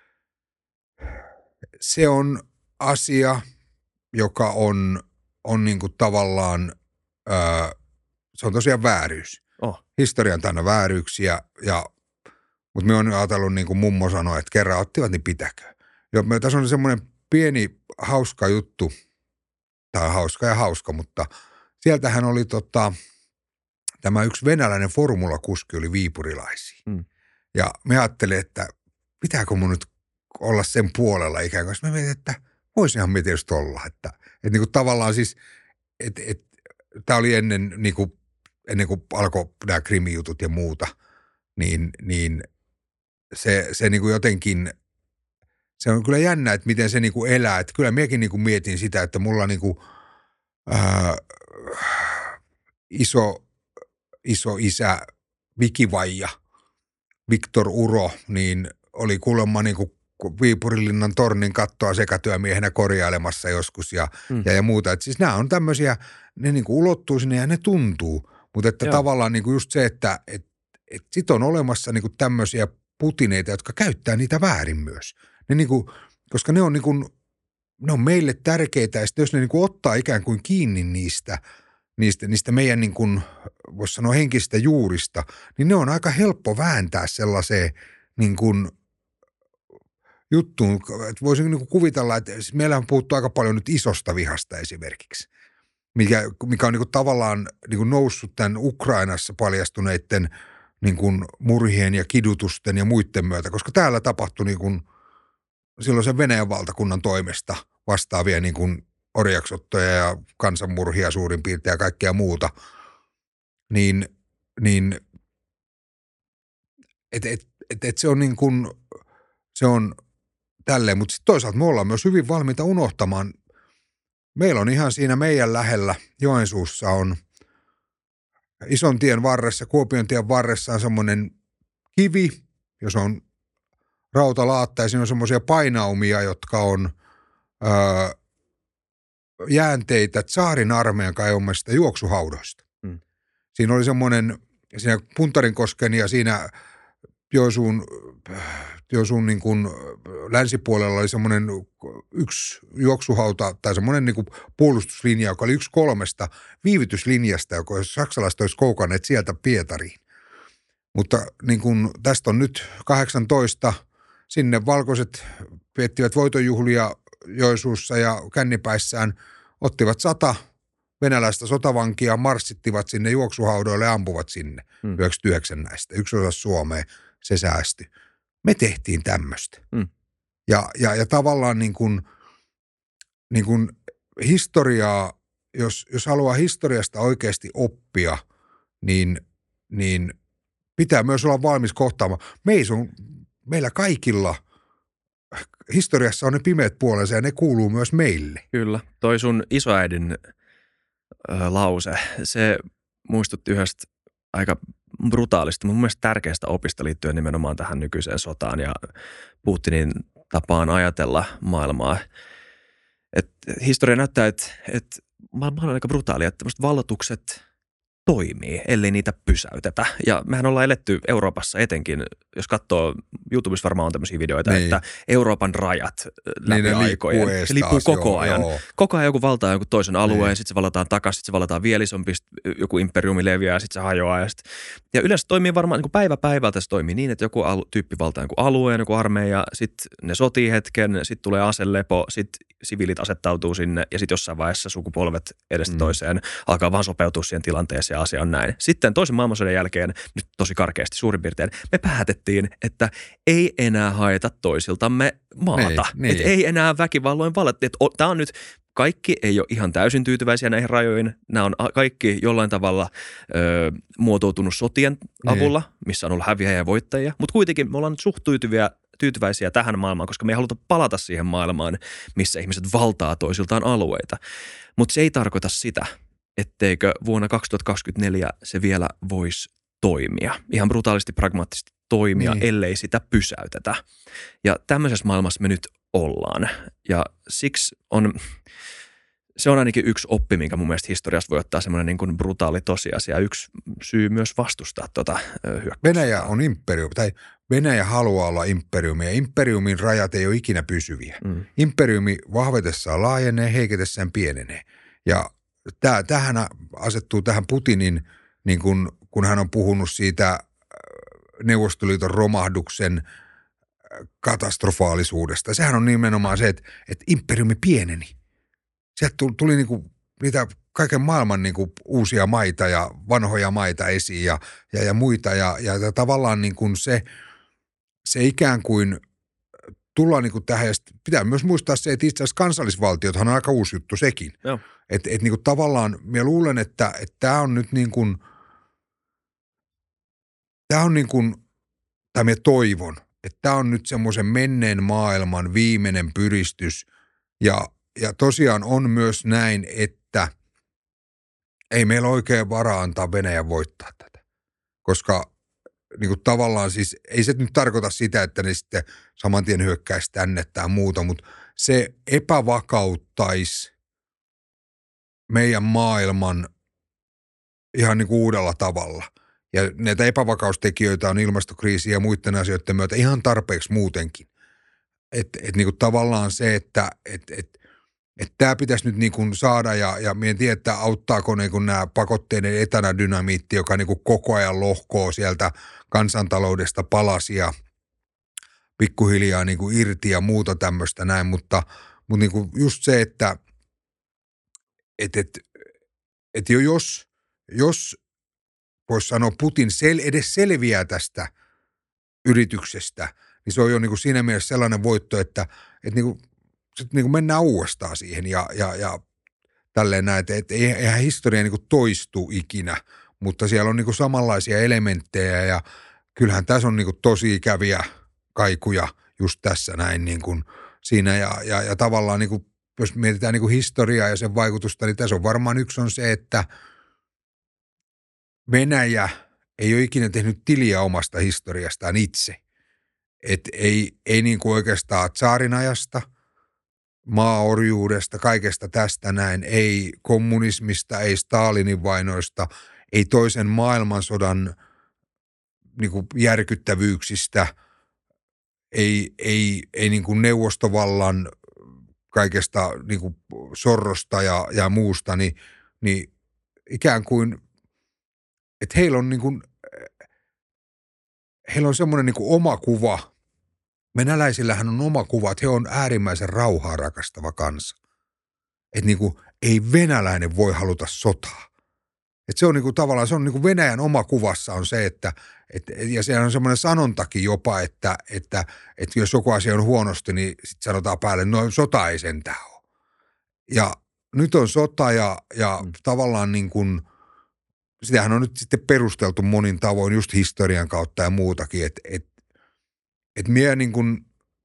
B: se on asia, joka on, on niin kuin tavallaan, öö, se on tosiaan vääryys.
A: Oh.
B: Historian täynnä vääryyksiä, ja, mutta me on ajatellut, niin kuin mummo sanoi, että kerran ottivat, niin pitäkö. Ja me, tässä on semmoinen pieni hauska juttu, tai hauska ja hauska, mutta sieltähän oli tota, tämä yksi venäläinen formulakuski oli viipurilaisia. Mm. Ja me ajattelin, että pitääkö mun nyt olla sen puolella ikään kuin. Mä mietin, että voisinhan me tietysti olla. Että, että niin kuin tavallaan siis, että, että tämä oli ennen niin kuin ennen kuin alkoi nämä krimijutut ja muuta, niin, niin se, se niin kuin jotenkin, se on kyllä jännä, että miten se niin kuin elää. Että kyllä minäkin niin kuin mietin sitä, että mulla niin kuin, ää, iso, iso isä Vikivaija, Viktor Uro, niin oli kuulemma niin kuin Viipurilinnan tornin kattoa sekatyömiehenä korjailemassa joskus ja, mm. ja, ja muuta. Että siis nämä on tämmöisiä, ne niin kuin ulottuu sinne ja ne tuntuu. Mutta että Joo. tavallaan niinku just se, että et, et sit on olemassa niinku tämmöisiä putineita, jotka käyttää niitä väärin myös. Ne niinku, koska ne on, niinku, ne on meille tärkeitä, ja jos ne niinku ottaa ikään kuin kiinni niistä, niistä, niistä meidän, niinku, voisi sanoa henkistä juurista, niin ne on aika helppo vääntää sellaiseen niinku, juttuun. Että voisin niinku kuvitella, että siis meillä on puhuttu aika paljon nyt isosta vihasta esimerkiksi. Mikä, mikä on niin kuin tavallaan niin kuin noussut tämän Ukrainassa paljastuneiden niin kuin murhien ja kidutusten ja muiden myötä, koska täällä tapahtui niin kuin silloin sen Venäjän valtakunnan toimesta vastaavia niin kuin orjaksottoja ja kansanmurhia suurin piirtein ja kaikkea muuta, niin, niin et, et, et, et se on niin kuin, se on tälleen, mutta sitten toisaalta me ollaan myös hyvin valmiita unohtamaan. Meillä on ihan siinä meidän lähellä Joensuussa on Ison tien varressa, Kuopion tien varressa on semmoinen kivi, jos on rautalaatta ja siinä on semmoisia painaumia, jotka on öö, jäänteitä tsaarin armeijan kaivamista juoksuhaudoista. Hmm. Siinä oli semmoinen, siinä Puntaриnkosken ja siinä Joensuun, Joensuun niin kuin länsipuolella oli semmoinen yksi juoksuhauta tai semmoinen niin kuin puolustuslinja, joka oli yksi kolmesta viivytyslinjasta, joka saksalaiset olisi koukanneet sieltä Pietariin. Mutta niin kuin tästä on nyt kahdeksantoista, sinne valkoiset viettivät voitonjuhlia Joensuussa ja kännipäissään, ottivat sata venäläistä sotavankia, marssittivat sinne juoksuhaudoille ja ampuvat sinne, hmm. yhdeksänkymmentäyhdeksän näistä. Yksi osa Suomea, se säästyi. Me tehtiin tämmöistä. Hmm. Ja, ja, ja tavallaan niin kuin, niin kuin historiaa, jos, jos haluaa historiasta oikeasti oppia, niin, niin pitää myös olla valmis kohtaamaan. Meis on, meillä kaikilla historiassa on ne pimeät puolensa ja ne kuuluu myös meille.
A: Kyllä. Toi sun isoäidin ö, lause, se muistutti yhdestä aika brutaalista, mun mielestä tärkeästä opista liittyen nimenomaan tähän nykyiseen sotaan ja Putinin tapaan ajatella maailmaa. Et historia näyttää, että et maailma on aika brutaalia, että tämmöiset valloitukset toimii, ellei niitä pysäytetä. Ja mehän ollaan eletty Euroopassa etenkin, jos katsoo, YouTubessa varmaan on tämmöisiä videoita, niin. että Euroopan rajat läpi
B: niin
A: aikojen. Se liippuu koko joo, ajan. Joo. Koko ajan joku valtaa joku toisen alueen, sitten se valataan takaisin, sitten se valataan vielä isompi, joku imperiumi leviää, sitten se hajoaa. Ja, sit. ja yleensä toimii varmaan niin päivä päivältä se toimii niin, että joku alu, tyyppi valtaa joku alueen, joku armeija, sitten ne sotii hetken, sitten tulee aselepo, sitten siviilit asettautuu sinne ja sitten jossain vaiheessa sukupolvet edestä mm. toiseen alkaa vaan sopeutua siihen tilanteeseen ja asia on näin. Sitten toisen maailmansodan jälkeen, nyt tosi karkeasti suurin piirtein, me päätettiin, että ei enää haeta toisiltamme maata. Niin, niin. Että ei enää väkivalloin valetta. Tämä on nyt, kaikki ei ole ihan täysin tyytyväisiä näihin rajoihin. Nämä on kaikki jollain tavalla ö, muotoutunut sotien avulla, niin. missä on ollut häviäjiä ja voittajia. Mutta kuitenkin me ollaan nyt suht tyytyviä tyytyväisiä tähän maailmaan, koska me ei haluta palata siihen maailmaan, missä ihmiset valtaa toisiltaan alueita. Mutta se ei tarkoita sitä, etteikö vuonna kaksituhattakaksikymmentäneljä se vielä voisi toimia. Ihan brutaalisti, pragmaattisesti toimia, niin. ellei sitä pysäytetä. Ja tämmöisessä maailmassa me nyt ollaan. Ja siksi on, se on ainakin yksi oppi, minkä mun mielestä historiassa voi ottaa semmoinen niin kuin brutaali tosiasia. Yksi syy myös vastustaa tuota hyökkäystä.
B: Venäjä on imperiumi, tai Venäjä haluaa olla imperiumi, ja imperiumin rajat ei ole ikinä pysyviä. Mm. Imperiumi vahvetessaan laajenee, heiketessään pienenee. Ja Tämä, tähän asettuu tähän Putinin, niin kun, kun hän on puhunut siitä Neuvostoliiton romahduksen katastrofaalisuudesta. Sehän on nimenomaan se, että, että imperiumi pieneni. Sieltä tuli, tuli niin kuin niitä kaiken maailman niin kuin uusia maita ja vanhoja maita esiin ja, ja, ja muita. Ja, ja, ja tavallaan niin kuin se, se ikään kuin tullaan niin kuin tähän. Ja pitää myös muistaa se, että itse asiassa kansallisvaltiothan on aika uusi juttu sekin. Joo. Että et niinku tavallaan, minä luulen, että tämä on nyt niin kuin, tämä on niin kuin, tai minä toivon, että tämä on nyt semmoisen menneen maailman viimeinen pyristys. Ja, ja tosiaan on myös näin, että ei meillä oikein varaa antaa Venäjän voittaa tätä. Koska niin kuin tavallaan siis, ei se nyt tarkoita sitä, että ne sitten saman tien hyökkäisi tänne tai muuta, mutta se epävakauttaisi meidän maailman ihan niin kuin uudella tavalla. Ja näitä epävakaustekijöitä on ilmastokriisi ja muiden asioiden myötä ihan tarpeeksi muutenkin. Että et niin kuin tavallaan se, että et, et, et tämä pitäisi nyt niin kuin saada ja, ja minä en tiedä, että auttaako niin kuin nämä pakotteiden etänädynamiitti, joka niin kuin koko ajan lohkoo sieltä kansantaloudesta palasia pikkuhiljaa niin kuin irti ja muuta tämmöistä näin, mutta, mutta niin kuin just se, että Että et, et jo jos, jos voisi sanoa Putin sel, edes selviää tästä yrityksestä, niin se on jo niin kuin siinä mielessä sellainen voitto, että et niin kuin, sit niin kuin mennään uudestaan siihen ja, ja, ja tälleen näin, että et eihän historia niin kuin toistu ikinä, mutta siellä on niin kuin samanlaisia elementtejä ja kyllähän tässä on niin kuin tosi ikäviä kaikuja just tässä näin niin kuin siinä ja, ja, ja tavallaan niin kuin jos mietitään niin kuin historiaa ja sen vaikutusta, niin tässä on varmaan yksi on se, että Venäjä ei ole ikinä tehnyt tiliä omasta historiastaan itse. Että ei, ei niin kuin oikeastaan tsaarin ajasta, maaorjuudesta, kaikesta tästä näin, ei kommunismista, ei Stalinin vainoista, ei toisen maailmansodan niin kuin järkyttävyyksistä, ei, ei, ei niin kuin neuvostovallan kaikesta niin kuin sorrosta ja, ja muusta, niin, niin ikään kuin, että heillä on niin kuin, heillä on semmoinen niin kuin oma kuva. Venäläisillähän on oma kuva, että he on äärimmäisen rauhaa rakastava kansa. Että niin kuin, ei venäläinen voi haluta sotaa. Että se on niin kuin tavallaan, se on niin kuin Venäjän oma kuvassa on se, että, että ja siellä on semmoinen sanontakin jopa, että, että, että jos joku asia on huonosti, niin sitten sanotaan päälle, no sota ei sentään ole. Ja nyt on sota ja, ja mm. tavallaan niin kuin, sitähän on nyt sitten perusteltu monin tavoin just historian kautta ja muutakin, että et, et mie niin kuin,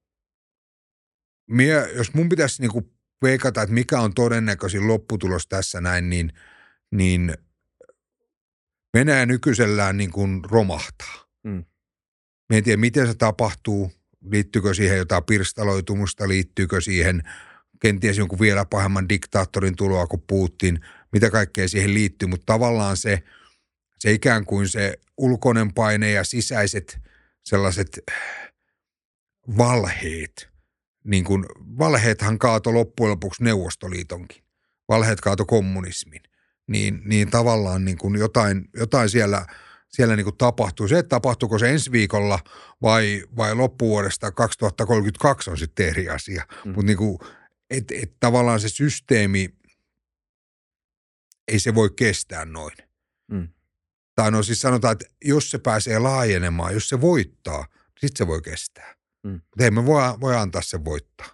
B: mie, jos mun pitäisi niin kuin veikata, että mikä on todennäköisin lopputulos tässä näin, niin, niin Venäjä nykyisellään niin kuin romahtaa. Mm. Mä en tiedä, miten se tapahtuu, liittyykö siihen jotain pirstaloitumusta, liittyykö siihen kenties jonkun vielä pahemman diktaattorin tuloa kuin Putin, mitä kaikkea siihen liittyy, mutta tavallaan se, se ikään kuin se ulkoinen paine ja sisäiset sellaiset valheet, niin kuin valheethan kaato loppujen lopuksi Neuvostoliitonkin, valheet kaato kommunismin, niin, niin tavallaan niin kuin jotain, jotain siellä, siellä niin kuin tapahtuu. Se, että tapahtuuko se ensi viikolla vai, vai loppuvuodesta kaksituhattakolmekymmentäkaksi on sitten eri asia, mm. mutta niin kuin, et, et tavallaan se systeemi, ei se voi kestää noin. Mm. Tai no siis sanotaan, että jos se pääsee laajenemaan, jos se voittaa, sitten se voi kestää. Mm. Mutta ei me voi, voi antaa sen voittaa.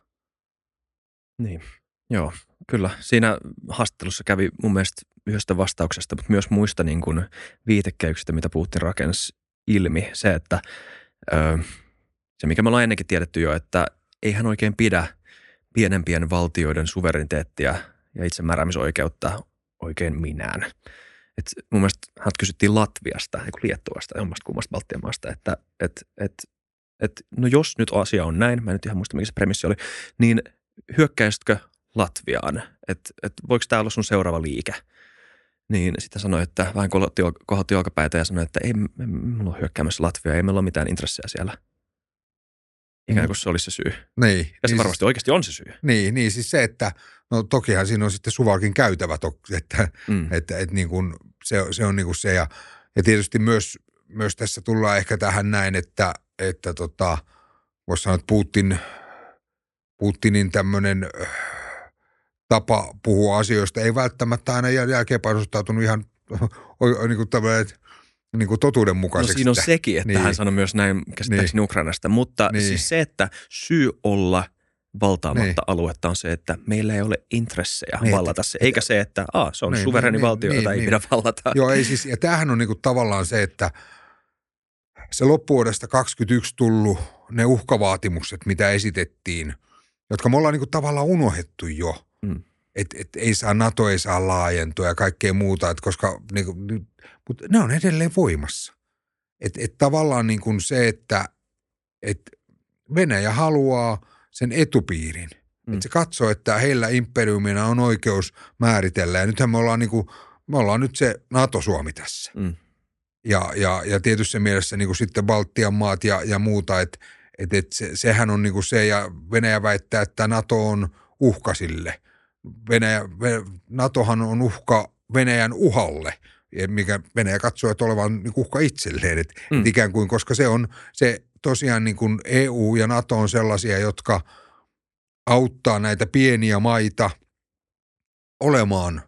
A: Niin, joo, kyllä. Siinä haastattelussa kävi mun mielestä yhdestä vastauksesta, mutta myös muista niin kuin viitekehyksistä, mitä Putin rakensi ilmi. Se, että ö, se mikä me ollaan ennenkin tiedetty jo, että ei hän oikein pidä pienempien valtioiden suvereniteettia ja itsemääräämisoikeutta oikein minään. Et mun mielestä hän kysyttiin Latviasta, eiku Liettuasta, jommasta kummasta Baltian maasta, että et, et, et, no jos nyt asia on näin, mä en nyt ihan muista mikä se premissi oli, niin hyökkäisitkö Latviaan, että et voiko tämä olla sun seuraava liike? Niin sitten sanoi, että vähän kohotti olkapäitä ja sanoi, että ei me ole hyökkäämässä Latviaa, ei meillä ole mitään intressejä siellä. Ikään kuin se olisi se syy.
B: Niin.
A: Ja se
B: niin
A: varmasti
B: siis,
A: oikeasti on se syy.
B: Niin, niin siis se, että no tokihan siinä on sitten Suvalkin käytävä, että, mm. että, että niin kuin se, se on niin kuin se ja, ja tietysti myös, myös tässä tullaan ehkä tähän näin, että, että tota, voisi sanoa, että Putin, Putinin tämmöinen tapa puhua asioista ei välttämättä aina jälkeenpäin osoittautunut ihan niin kuin tämmöinen, niin kuin totuudenmukaiseksi.
A: No siinä on sekin, että niin. Hän sanoi myös näin käsittääkseni niin. Ukrainasta, mutta niin. Siis se, että syy olla valtaamatta niin. aluetta on se, että meillä ei ole intressejä niin. vallata se, eikä se, että aa, se on niin, suvereni niin, valtio, jota niin, ei niin. pidä vallata.
B: Joo, ei siis, ja tämähän on niin kuin tavallaan se, että se loppuvuodesta kaksikymmentäyksi tullut ne uhkavaatimukset, mitä esitettiin, jotka me ollaan niin kuin tavallaan unohdettu jo. Mm. Että et ei saa, NATO ei saa laajentua ja kaikkea muuta, et koska, niin kuin, mutta ne on edelleen voimassa. Että et tavallaan niin kuin se, että et Venäjä haluaa sen etupiirin. Mm. Että se katsoo, että heillä imperiumina on oikeus määritellä. Ja nythän me ollaan, niin kuin, me ollaan nyt se NATO-Suomi tässä. Mm. Ja, ja, ja tietysti mielessä niin kuin sitten Baltian maat ja, ja muuta, että et, et se, sehän on niin kuin se, ja Venäjä väittää, että NATO on uhka sille. Venäjä, NATOhan on uhka Venäjän uhalle, mikä Venäjä katsoo, että olevan niin uhka itselleen. Et, mm. et ikään kuin, koska se on se tosiaan niin kuin E U ja NATO on sellaisia, jotka auttaa näitä pieniä maita olemaan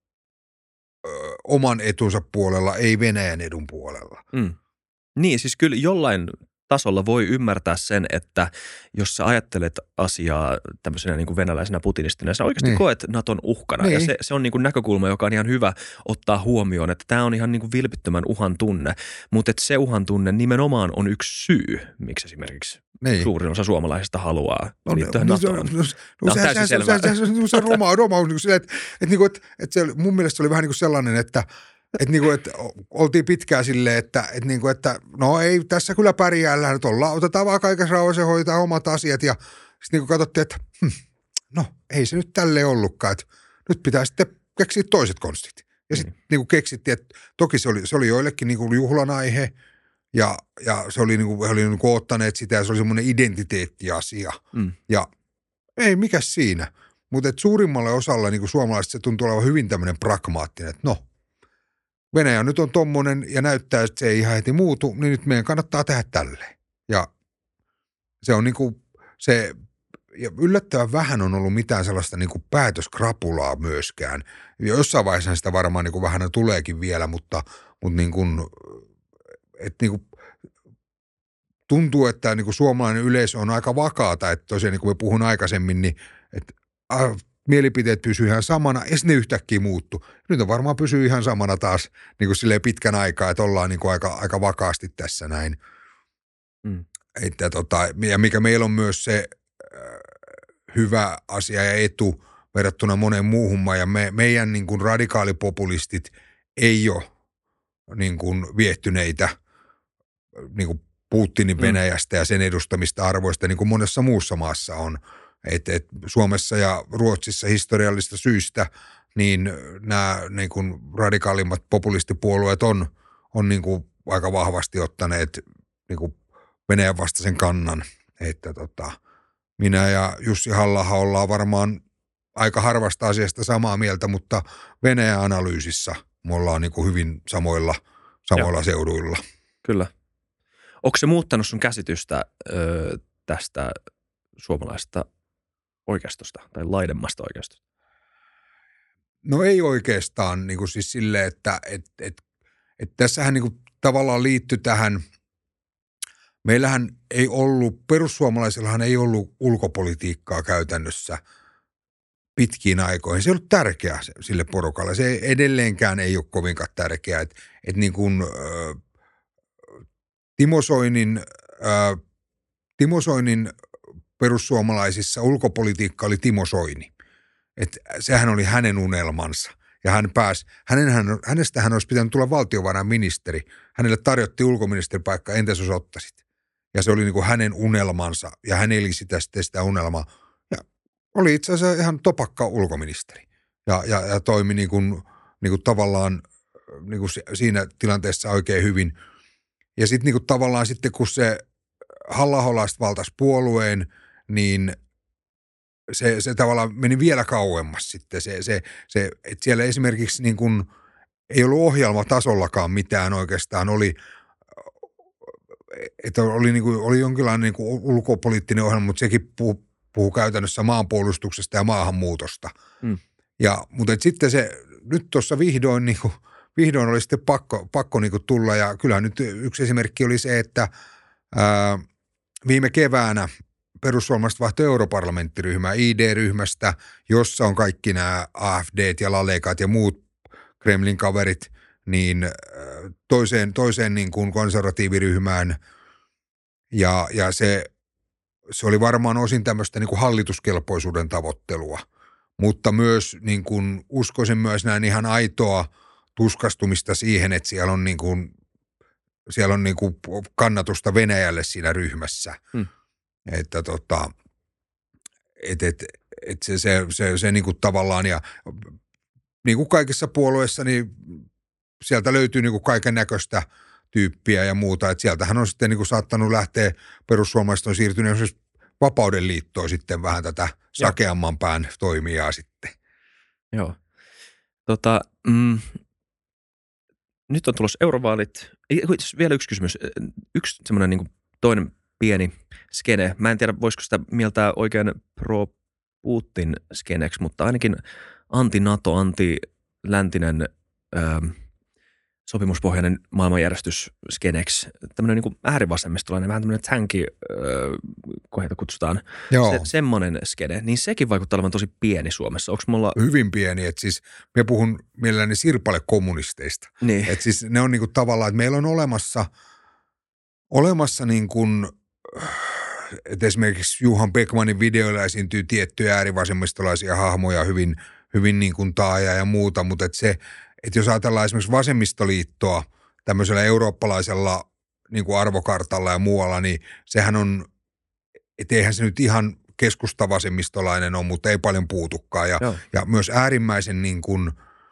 B: ö, oman etunsa puolella, ei Venäjän edun puolella.
A: Mm. Niin, siis kyllä jollain tasolla voi ymmärtää sen, että jos sä ajattelet asiaa tämmöisenä niin kuin venäläisenä putinistina, ja sä oikeasti niin. koet Naton uhkana. Niin. Ja se, se on niin kuin näkökulma, joka on ihan hyvä ottaa huomioon, että tämä on ihan niin kuin vilpittömän uhan tunne. Mutta että se uhan tunne nimenomaan on yksi syy, miksi esimerkiksi niin. suurin osa suomalaisista haluaa
B: no,
A: liittyä
B: no,
A: NATOon.
B: No,
A: no, no, on täysin selvää.
B: Se on roma, roma, että mun mielestä se oli vähän niin kuin sellainen, että Että niinku, et oltiin pitkään silleen, että et niinku, että no ei tässä kyllä pärjäällä, nyt ollaan, otetaan vaan kaikessa rauhassa ja hoitaa omat asiat. Ja sitten niinku katsottiin, että hm, no ei se nyt tälleen ollutkaan, että nyt pitää sitten keksiä toiset konstit. Ja sitten mm. niinku keksittiin, että toki se oli, se oli joillekin niinku juhlan aihe ja, ja se oli niinku, he oli niinku ottaneet sitä ja se oli semmoinen identiteettiasia. Mm. Ja ei mikäs siinä, mutta suurimmalle osalle niinku suomalaiset se tuntuu olevan hyvin tämmöinen pragmaattinen, että no. Venäjä nyt on tommonen ja näyttää, että se ei ihan heti muutu, niin nyt meidän kannattaa tehdä tälleen. Ja se on niinku se, ja yllättävän vähän on ollut mitään sellaista niinku päätöskrapulaa myöskään. Ja jossain vaiheessa sitä varmaan niinku vähän tuleekin vielä, mutta, mutta niinku, et niinku, tuntuu, että niinku suomalainen yleisö on aika vakaata, että tosiaan niin kuin me puhun aikaisemmin, niin että mielipiteet pysyy ihan samana, ja sitten ne yhtäkkiä muuttuu. Nyt on varmaan pysyy ihan samana taas niin kuin silleen pitkän aikaa, että ollaan niin kuin aika, aika vakaasti tässä näin. Mm. Että tota, ja mikä meillä on myös se äh, hyvä asia ja etu verrattuna moneen muuhun maan, ja me, meidän niin kuin radikaalipopulistit ei ole niin kuin viehtyneitä niin kuin Putinin Venäjästä mm. ja sen edustamista arvoista, niin kuin monessa muussa maassa on. Et, et Suomessa ja Ruotsissa historiallista syistä niin nämä niin kuin radikaalimmat populistipuolueet on, on niin kuin aika vahvasti ottaneet niin kuin Venäjän vastaisen kannan, että tota, minä ja Jussi Halla-aho ollaan varmaan aika harvasta asiasta samaa mieltä, mutta Venäjän analyysissä me ollaan niin kuin hyvin samoilla, samoilla
A: Joo.
B: seuduilla.
A: Kyllä. Onko se muuttanut sun käsitystä ö, tästä suomalaisesta oikeistosta tai laidemmasta oikeistosta?
B: No ei oikeastaan niin kuin siis silleen, että et, et, et tässähän niin kuin tavallaan liittyi tähän, meillähän ei ollut, perussuomalaisillahan ei ollut ulkopolitiikkaa käytännössä pitkiin aikoihin. Se ei ollut tärkeää sille porukalle. Se edelleenkään ei ole kovinkaan tärkeää, että et niin kuin äh, Timo Soinin, äh, Timo Soinin perussuomalaisissa ulkopolitiikka oli Timo Soini. Että sehän oli hänen unelmansa. Ja hän pääsi, hänen, hänestä hän olisi pitänyt tulla valtiovarainministeri. Hänelle tarjottiin ulkoministeripaikka, entäs jos ottaisit? Ja se oli niin kuin hänen unelmansa, ja hän eli sitä sitten sitä unelmaa. Ja oli itse asiassa ihan topakka ulkoministeri. Ja, ja, ja toimi niin kuin, niin kuin tavallaan niin kuin siinä tilanteessa oikein hyvin. Ja sitten niin kuin tavallaan sitten, kun se Halla-aholaiset valtasi puolueen, niin se, se tavallaan meni vielä kauemmas sitten. Se, se, se, että siellä esimerkiksi niin kuin ei ollut ohjelmatasollakaan mitään oikeastaan. Oli, että oli, niin kuin, oli jonkinlainen niin kuin ulkopoliittinen ohjelma, mutta sekin puhuu, puhuu käytännössä maanpuolustuksesta ja maahanmuutosta. Mm. Ja, mutta sitten se, nyt tuossa vihdoin, niin kuin, vihdoin oli sitten pakko, pakko niin kuin tulla. Ja kyllähän nyt yksi esimerkki oli se, että ää, viime keväänä perussuomalaiset vaihtoi europarlamenttiryhmää I D-ryhmästä, jossa on kaikki nämä A F D:t ja Lalekat ja muut Kremlin kaverit, niin toiseen, toiseen niin kuin konservatiiviryhmään. Ja, ja se, se oli varmaan osin tämmöistä niin kuin hallituskelpoisuuden tavoittelua, mutta myös niin kuin uskoisin myös näin ihan aitoa tuskastumista siihen, että siellä on, niin kuin, siellä on niin kuin kannatusta Venäjälle siinä ryhmässä. Hmm. Että tota, et, et, et se, se, se, se niin kuin tavallaan, ja niin kuin kaikissa puolueissa, niin sieltä löytyy niin kuin kaiken näköistä tyyppiä ja muuta. Että sieltähän on sitten niin kuin saattanut lähteä, perussuomalaiset on siirtynyt Vapauden liittoon sitten vähän tätä sakeamman pään toimijaa sitten.
A: Joo. Tota, mm, nyt on tulossa eurovaalit. Vielä yksi kysymys. Yksi semmoinen niin kuin toinen pieni skene. Mä en tiedä, voisiko sitä mieltää oikein pro-Putin-skeneksi, mutta ainakin anti-NATO, anti-läntinen ö, sopimuspohjainen maailmanjärjestysskeneksi. Tämmöinen niin kuin äärivasemmistolainen, vähän tämmöinen tänki, kun heitä kutsutaan, se, semmoinen skene. Niin sekin vaikuttaa olevan tosi pieni Suomessa. Onko mulla...
B: Hyvin pieni, että siis me puhun mielelläni sirpalekommunisteista.
A: Niin.
B: Että siis ne on niin kuin tavallaan, että meillä on olemassa, olemassa niin kuin... että esimerkiksi Juhan Beckmanin videoilla esiintyy tiettyjä äärivasemmistolaisia hahmoja hyvin, hyvin niin kuin Taaja ja muuta, mutta että se, että jos ajatellaan esimerkiksi vasemmistoliittoa tämmöisellä eurooppalaisella niin kuin arvokartalla ja muualla, niin sehän on, että eihän se nyt ihan keskustavasemmistolainen ole, mutta ei paljon puutukaan ja, ja myös äärimmäisen niin kuin,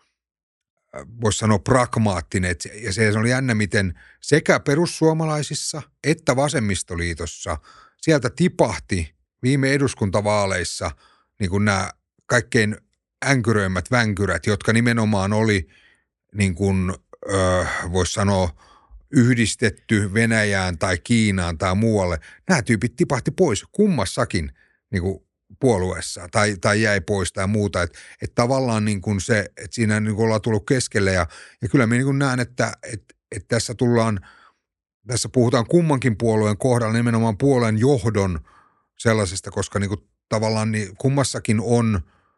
B: voisi sanoa pragmaattinen, ja se oli jännä, miten sekä perussuomalaisissa että vasemmistoliitossa sieltä tipahti viime eduskuntavaaleissa niin kuin nämä kaikkein änkyröimmät vänkyrät, jotka nimenomaan oli, niin kuin öö, voisi sanoa, yhdistetty Venäjään tai Kiinaan tai muualle. Nämä tyypit tipahti pois kummassakin niin kuin puolueessa tai, tai jäi pois tai muuta. Että et tavallaan niin kuin se, että siinä niin kuin ollaan tullut keskelle ja, ja kyllä minä niin kuin näen, että et, et tässä tullaan, tässä puhutaan kummankin puolueen kohdalla nimenomaan puolueen johdon sellaisesta, koska niin kuin tavallaan niin kummassakin on,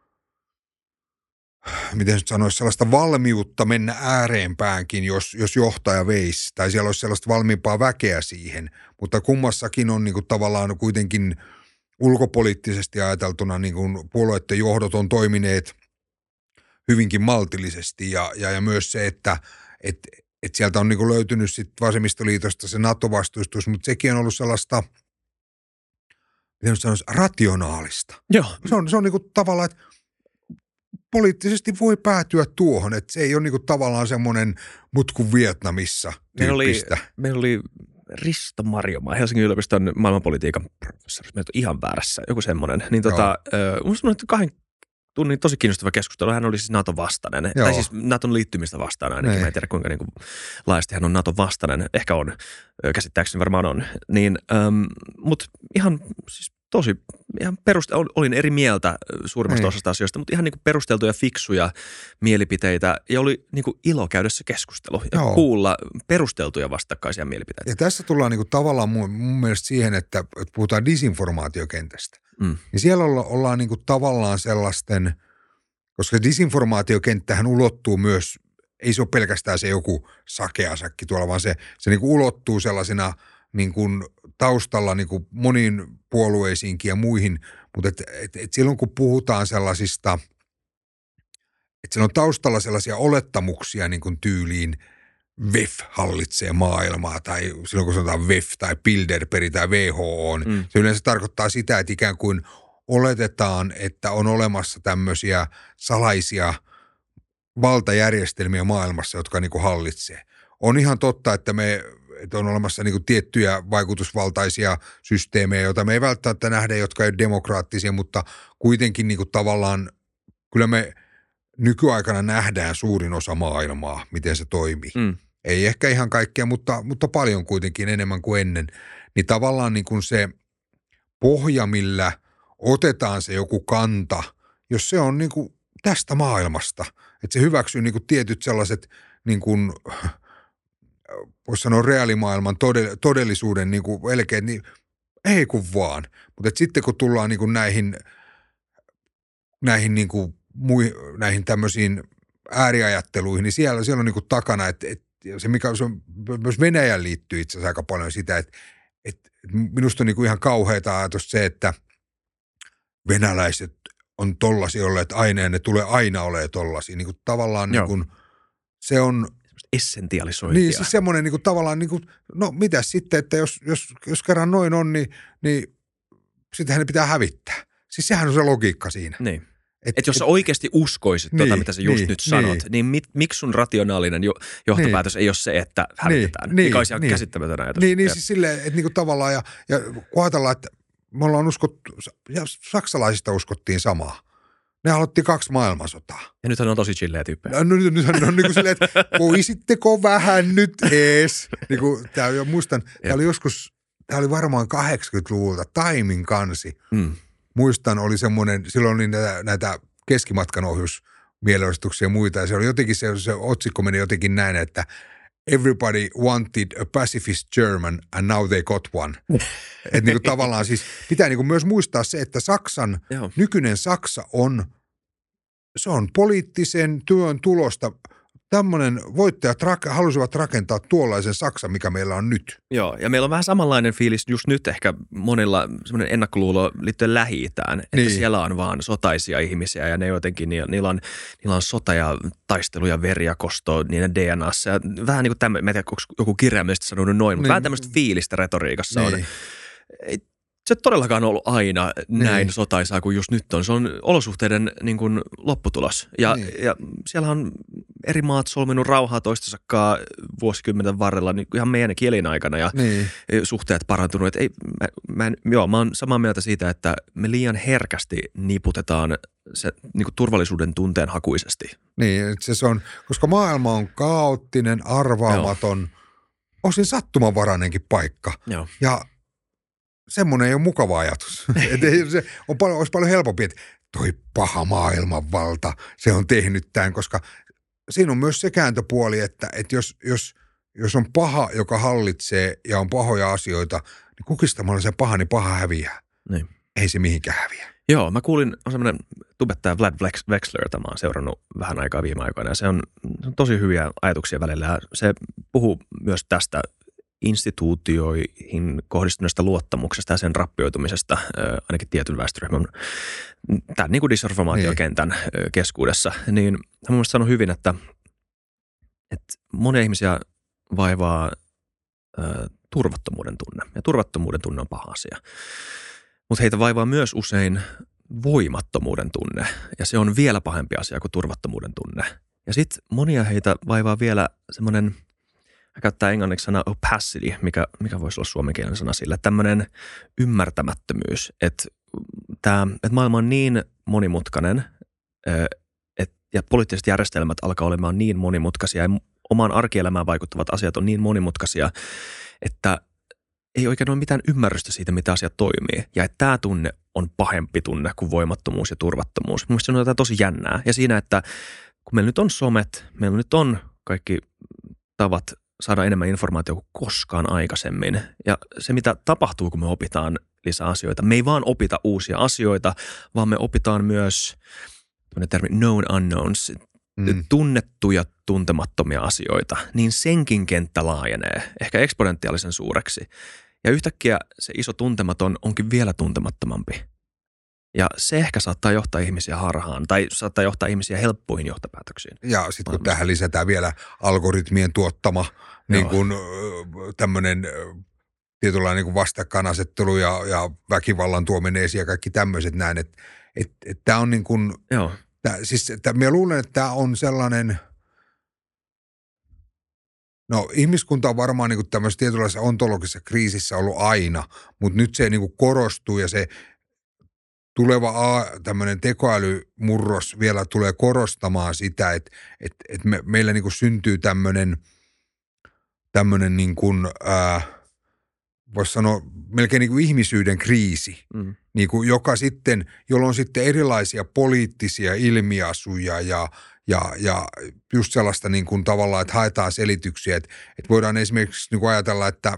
B: miten nyt sanoisi, sellaista valmiutta mennä ääreenpäänkin, jos, jos johtaja veisi, tai siellä olisi sellaista valmiimpaa väkeä siihen, mutta kummassakin on niin kuin tavallaan kuitenkin ulkopoliittisesti ajateltuna niin kuin puolueiden johdot on toimineet hyvinkin maltillisesti ja, ja, ja myös se, että et, et sieltä on niin kuin löytynyt sit vasemmistoliitosta se NATO-vastustus, mutta sekin on ollut sellaista, miten sanoisi, rationaalista.
A: Joo.
B: Se on, se on niin kuin tavallaan, että poliittisesti voi päätyä tuohon, että se ei ole niinku tavallaan semmoinen mut kuin Vietnamissa tyyppistä.
A: Meillä oli, meillä oli Risto Marjomaa, Helsingin yliopiston maailmanpolitiikan professori, meillä on ihan väärässä, joku semmoinen. Niin tota, mun semmoinen kahden tunnin tosi kiinnostava keskustelu. Hän oli siis Naton vastainen, Joo. tai siis Naton liittymistä vastaan ainakin. Mä en tiedä kuinka niin kuin laajasti hän on Naton vastainen. Ehkä on, käsittääkseni varmaan on. Niin, ähm, mutta ihan siis tosi, ihan peruste- olin eri mieltä suurimmasta osasta asioista, mutta ihan niin kuin perusteltuja, fiksuja mielipiteitä. Ja oli niin kuin ilo käydä se keskustelu ja Joo. kuulla perusteltuja vastakkaisia mielipiteitä.
B: Ja tässä tullaan niin kuin tavallaan mun, mun mielestä siihen, että, että puhutaan disinformaatiokentästä. Mm. Niin siellä olla, ollaan niin kuin tavallaan sellaisten, koska disinformaatiokenttähän ulottuu myös, ei se ole pelkästään se joku sakeasakki tuolla, vaan se, se niin kuin ulottuu sellaisena niin kuin taustalla niin kuin moniin puolueisiinkin ja muihin, mutta et, et, et silloin kun puhutaan sellaisista, että siellä on taustalla sellaisia olettamuksia niin kuin tyyliin W E F hallitsee maailmaa tai silloin kun sanotaan W E F tai Bilderberg tai W H O, mm. se yleensä tarkoittaa sitä, että ikään kuin oletetaan, että on olemassa tämmöisiä salaisia valtajärjestelmiä maailmassa, jotka niin kuin hallitsee. On ihan totta, että me että on olemassa niin kuin tiettyjä vaikutusvaltaisia systeemejä, joita me ei välttämättä nähdä, jotka ei ole demokraattisia, mutta kuitenkin niin kuin tavallaan kyllä me nykyaikana nähdään suurin osa maailmaa, miten se toimii. Mm. Ei ehkä ihan kaikkea, mutta, mutta paljon kuitenkin enemmän kuin ennen. Niin tavallaan niin kuin se pohja, millä otetaan se joku kanta, jos se on niin kuin tästä maailmasta, että se hyväksyy niin kuin tietyt sellaiset niin kuin voisi sanoa reaalimaailman todellisuuden niin kuin elkeet, niin ei kun vaan. Mutta sitten kun tullaan niin kuin näihin, näihin, niin kuin, mui, näihin tämmöisiin ääriajatteluihin, niin siellä, siellä on niin kuin takana, että, että se mikä se on, myös Venäjän liittyy itse asiassa aika paljon sitä, että, että minusta on niin kuin ihan kauheata ajatus se, että venäläiset on tollaisia olleet aina ja ne tulee aina olemaan tollaisia. Niin kuin tavallaan niin kuin, se on
A: essentialisointia.
B: Niin, siis semmoinen niin kuin, tavallaan, niin kuin, no mitäs sitten, että jos, jos, jos kerran noin on, niin, niin sittenhän ne pitää hävittää. Siis sehän on se logiikka siinä.
A: Niin. Että et jos sä oikeasti uskoisit niin, tota, mitä sä just niin, nyt sanot, niin, niin mit, miksi sun rationaalinen jo, johtopäätös niin, ei ole se, että hävitetään? Niin, mikä olisi ihan niin, käsittämätön ajatus.
B: Niin, niin siis silleen, että niinku tavallaan, ja, ja kun ajatellaan, että me ollaan uskottu, ja saksalaisista uskottiin samaa. Ne aloitti kaksi maailmansotaa.
A: Ja nythän on tosi chilleä tyyppejä.
B: No, nyt, nythän on niin kuin silleen, että voisitteko vähän nyt ees? Niin kuin, tää, jo muistan, tämä oli joskus, tämä oli varmaan kahdeksankymmentäluvulta, Timen kansi. Mm. Muistan, oli semmoinen, silloin oli näitä, näitä keskimatkan ohjusmielenosoituksia ja muita. Ja se oli jotenkin, se, se otsikko meni jotenkin näin, että everybody wanted a pacifist German and now they got one. Että niin kuin tavallaan siis pitää niin kuin myös muistaa se, että Saksan, Joo. nykyinen Saksa on, se on poliittisen työn tulosta. Tämmöinen voittajat rak- halusivat rakentaa tuollaisen Saksan, mikä meillä on nyt.
A: Joo, ja meillä on vähän samanlainen fiilis just nyt ehkä monilla semmoinen ennakkoluulo liittyen Lähi-Itään, että niin. siellä on vaan sotaisia ihmisiä ja ne jotenkin, niillä on, niillä on sota ja taistelu ja veri ja kosto niiden D N A:ssa. Ja vähän niin kuin tämmöinen, mä en tiedä, onko joku kirjaimellisesti sanonut noin, mutta niin. vähän tämmöistä fiilistä retoriikassa niin. on. Ei, se todellakaan on ollut aina näin niin. sotaisaa kuin just nyt on. Se on olosuhteiden niin kuin lopputulos. Ja, niin. ja siellä on eri maat solminut rauhaa toistensakaan vuosikymmenen varrella niin ihan meidänkin elinaikana ja niin. suhteet parantunut. Et ei, mä, mä, en, joo, mä oon samaa mieltä siitä, että me liian herkästi niputetaan se niin kuin turvallisuuden tunteen hakuisesti.
B: Niin, se, se on, koska maailma on kaoottinen, arvaamaton, joo. osin sattumanvarainenkin paikka. Joo. Ja semmoinen ei ole mukava ajatus. Et ei, se on paljon, olisi paljon helpompi, että toi paha maailmanvalta, se on tehnyt tämän, koska siinä on myös se kääntöpuoli, että, että jos, jos, jos on paha, joka hallitsee ja on pahoja asioita, niin kukistamalla se paha, niin paha häviää. Niin. Ei se mihinkään häviä.
A: Joo, mä kuulin, on semmoinen tubettaja Vlad Wexler, jota mä oon seurannut vähän aikaa viime aikoina, ja se on, se on tosi hyviä ajatuksia välillä, ja se puhuu myös tästä instituutioihin kohdistuneesta luottamuksesta ja sen rappioitumisesta, ainakin tietyn väestöryhmän, tämän niin kuin disinformaatiokentän niin. keskuudessa, niin hän mun mielestä sanoi hyvin, että, että monia ihmisiä vaivaa ä, turvattomuuden tunne, ja turvattomuuden tunne on paha asia. Mutta heitä vaivaa myös usein voimattomuuden tunne. Ja se on vielä pahempi asia kuin turvattomuuden tunne. Ja sitten monia heitä vaivaa vielä semmoinen, hän käyttää englanniksi sanaa opacity, mikä, mikä voisi olla suomenkielinen sana sillä, tämmöinen ymmärtämättömyys, että, tämä, että maailma on niin monimutkainen, että, ja poliittiset järjestelmät alkaa olemaan niin monimutkaisia ja omaan arkielämään vaikuttavat asiat on niin monimutkaisia, että ei oikein ole mitään ymmärrystä siitä, mitä asiat toimii. Ja että tämä tunne on pahempi tunne kuin voimattomuus ja turvattomuus. Mun mielestä se on jotain tosi jännää. Ja siinä, että kun meillä nyt on somet, meillä nyt on kaikki tavat saada enemmän informaatiota kuin koskaan aikaisemmin. Ja se, mitä tapahtuu, kun me opitaan lisää asioita. Me ei vaan opita uusia asioita, vaan me opitaan myös termi known unknowns, mm. tunnettuja, tuntemattomia asioita. Niin senkin kenttä laajenee, ehkä eksponentiaalisen suureksi. Ja yhtäkkiä se iso tuntematon onkin vielä tuntemattomampi. Ja se ehkä saattaa johtaa ihmisiä harhaan tai saattaa johtaa ihmisiä helppoihin johtopäätöksiin.
B: Ja sitten kun tähän lisätään vielä algoritmien tuottama niin kuin, tämmöinen tietynlainen niin kuin vastakkainasettelu ja, ja väkivallan tuominen esiin ja kaikki tämmöiset näin, että et, et tämä on niin kuin, tää, siis minä luulen, että tämä on sellainen, no ihmiskunta on varmaan niin kuin tämmöisessä tietynlaisessa ontologisessa kriisissä ollut aina, mutta nyt se niin kuin korostuu ja se tuleva A, tämmöinen tekoälymurros vielä tulee korostamaan sitä, että, että, että me, meillä niin kuin syntyy tämmöinen, tämmöinen niin kuin, äh, voisi sanoa melkein niin kuin ihmisyyden kriisi, mm. niin kuin joka sitten, jolla on sitten erilaisia poliittisia ilmiasuja ja, ja, ja just sellaista niin kuin tavallaan, että haetaan selityksiä, että, että voidaan esimerkiksi niin kuin ajatella, että,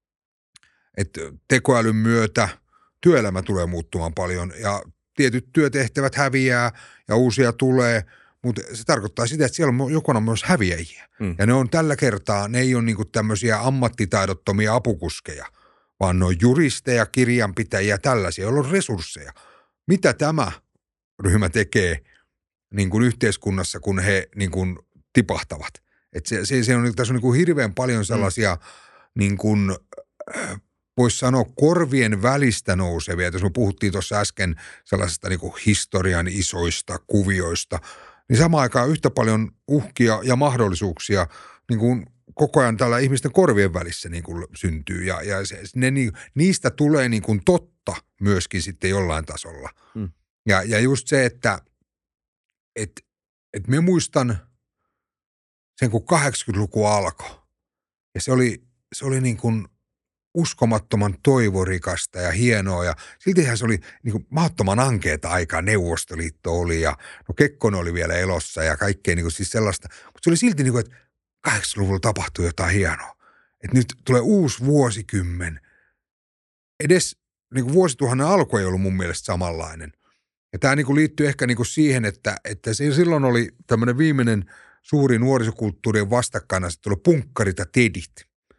B: että tekoälyn myötä työelämä tulee muuttumaan paljon ja tietyt työtehtävät häviää ja uusia tulee, mutta se tarkoittaa sitä, että siellä on jokona myös häviäjiä. Mm. Ja ne on tällä kertaa, ne ei ole niinku tämmöisiä ammattitaidottomia apukuskeja, vaan ne on juristeja, kirjanpitäjiä, tällaisia, joilla on resursseja. Mitä tämä ryhmä tekee niin kuin yhteiskunnassa, kun he niin kuin tipahtavat? Et se, se, se on, tässä on niin kuin hirveän paljon sellaisia mm. niin kuin, voisi sanoa korvien välistä nousevia, jos me puhuttiin tuossa äsken sellaisesta niin kuin historian isoista kuvioista, niin samaan aikaan yhtä paljon uhkia ja mahdollisuuksia niin kuin koko ajan tällä ihmisten korvien välissä niin kuin syntyy ja, ja se, ne, niistä tulee niin kuin totta myöskin sitten jollain tasolla. Hmm. Ja, ja just se, että et, et me muistan sen, kun kahdeksankymmentäluku alkoi ja se oli, se oli niin kuin uskomattoman toivorikasta ja hienoa ja siltihän se oli niin kuin mahdottoman ankeeta aikaa, Neuvostoliitto oli ja no Kekkonen oli vielä elossa ja kaikkea niin kuin siis sellaista, mutta se oli silti niin kuin, että kahdeksankymmentäluvulla tapahtui jotain hienoa, että nyt tulee uusi vuosikymmen, edes niin kuin vuosituhannen alku ei ollut mun mielestä samanlainen ja tämä niin kuin liittyy ehkä niin kuin siihen, että, että se silloin oli tämmöinen viimeinen suuri nuorisokulttuurien vastakkainasettelu, punkkarit ja tedit.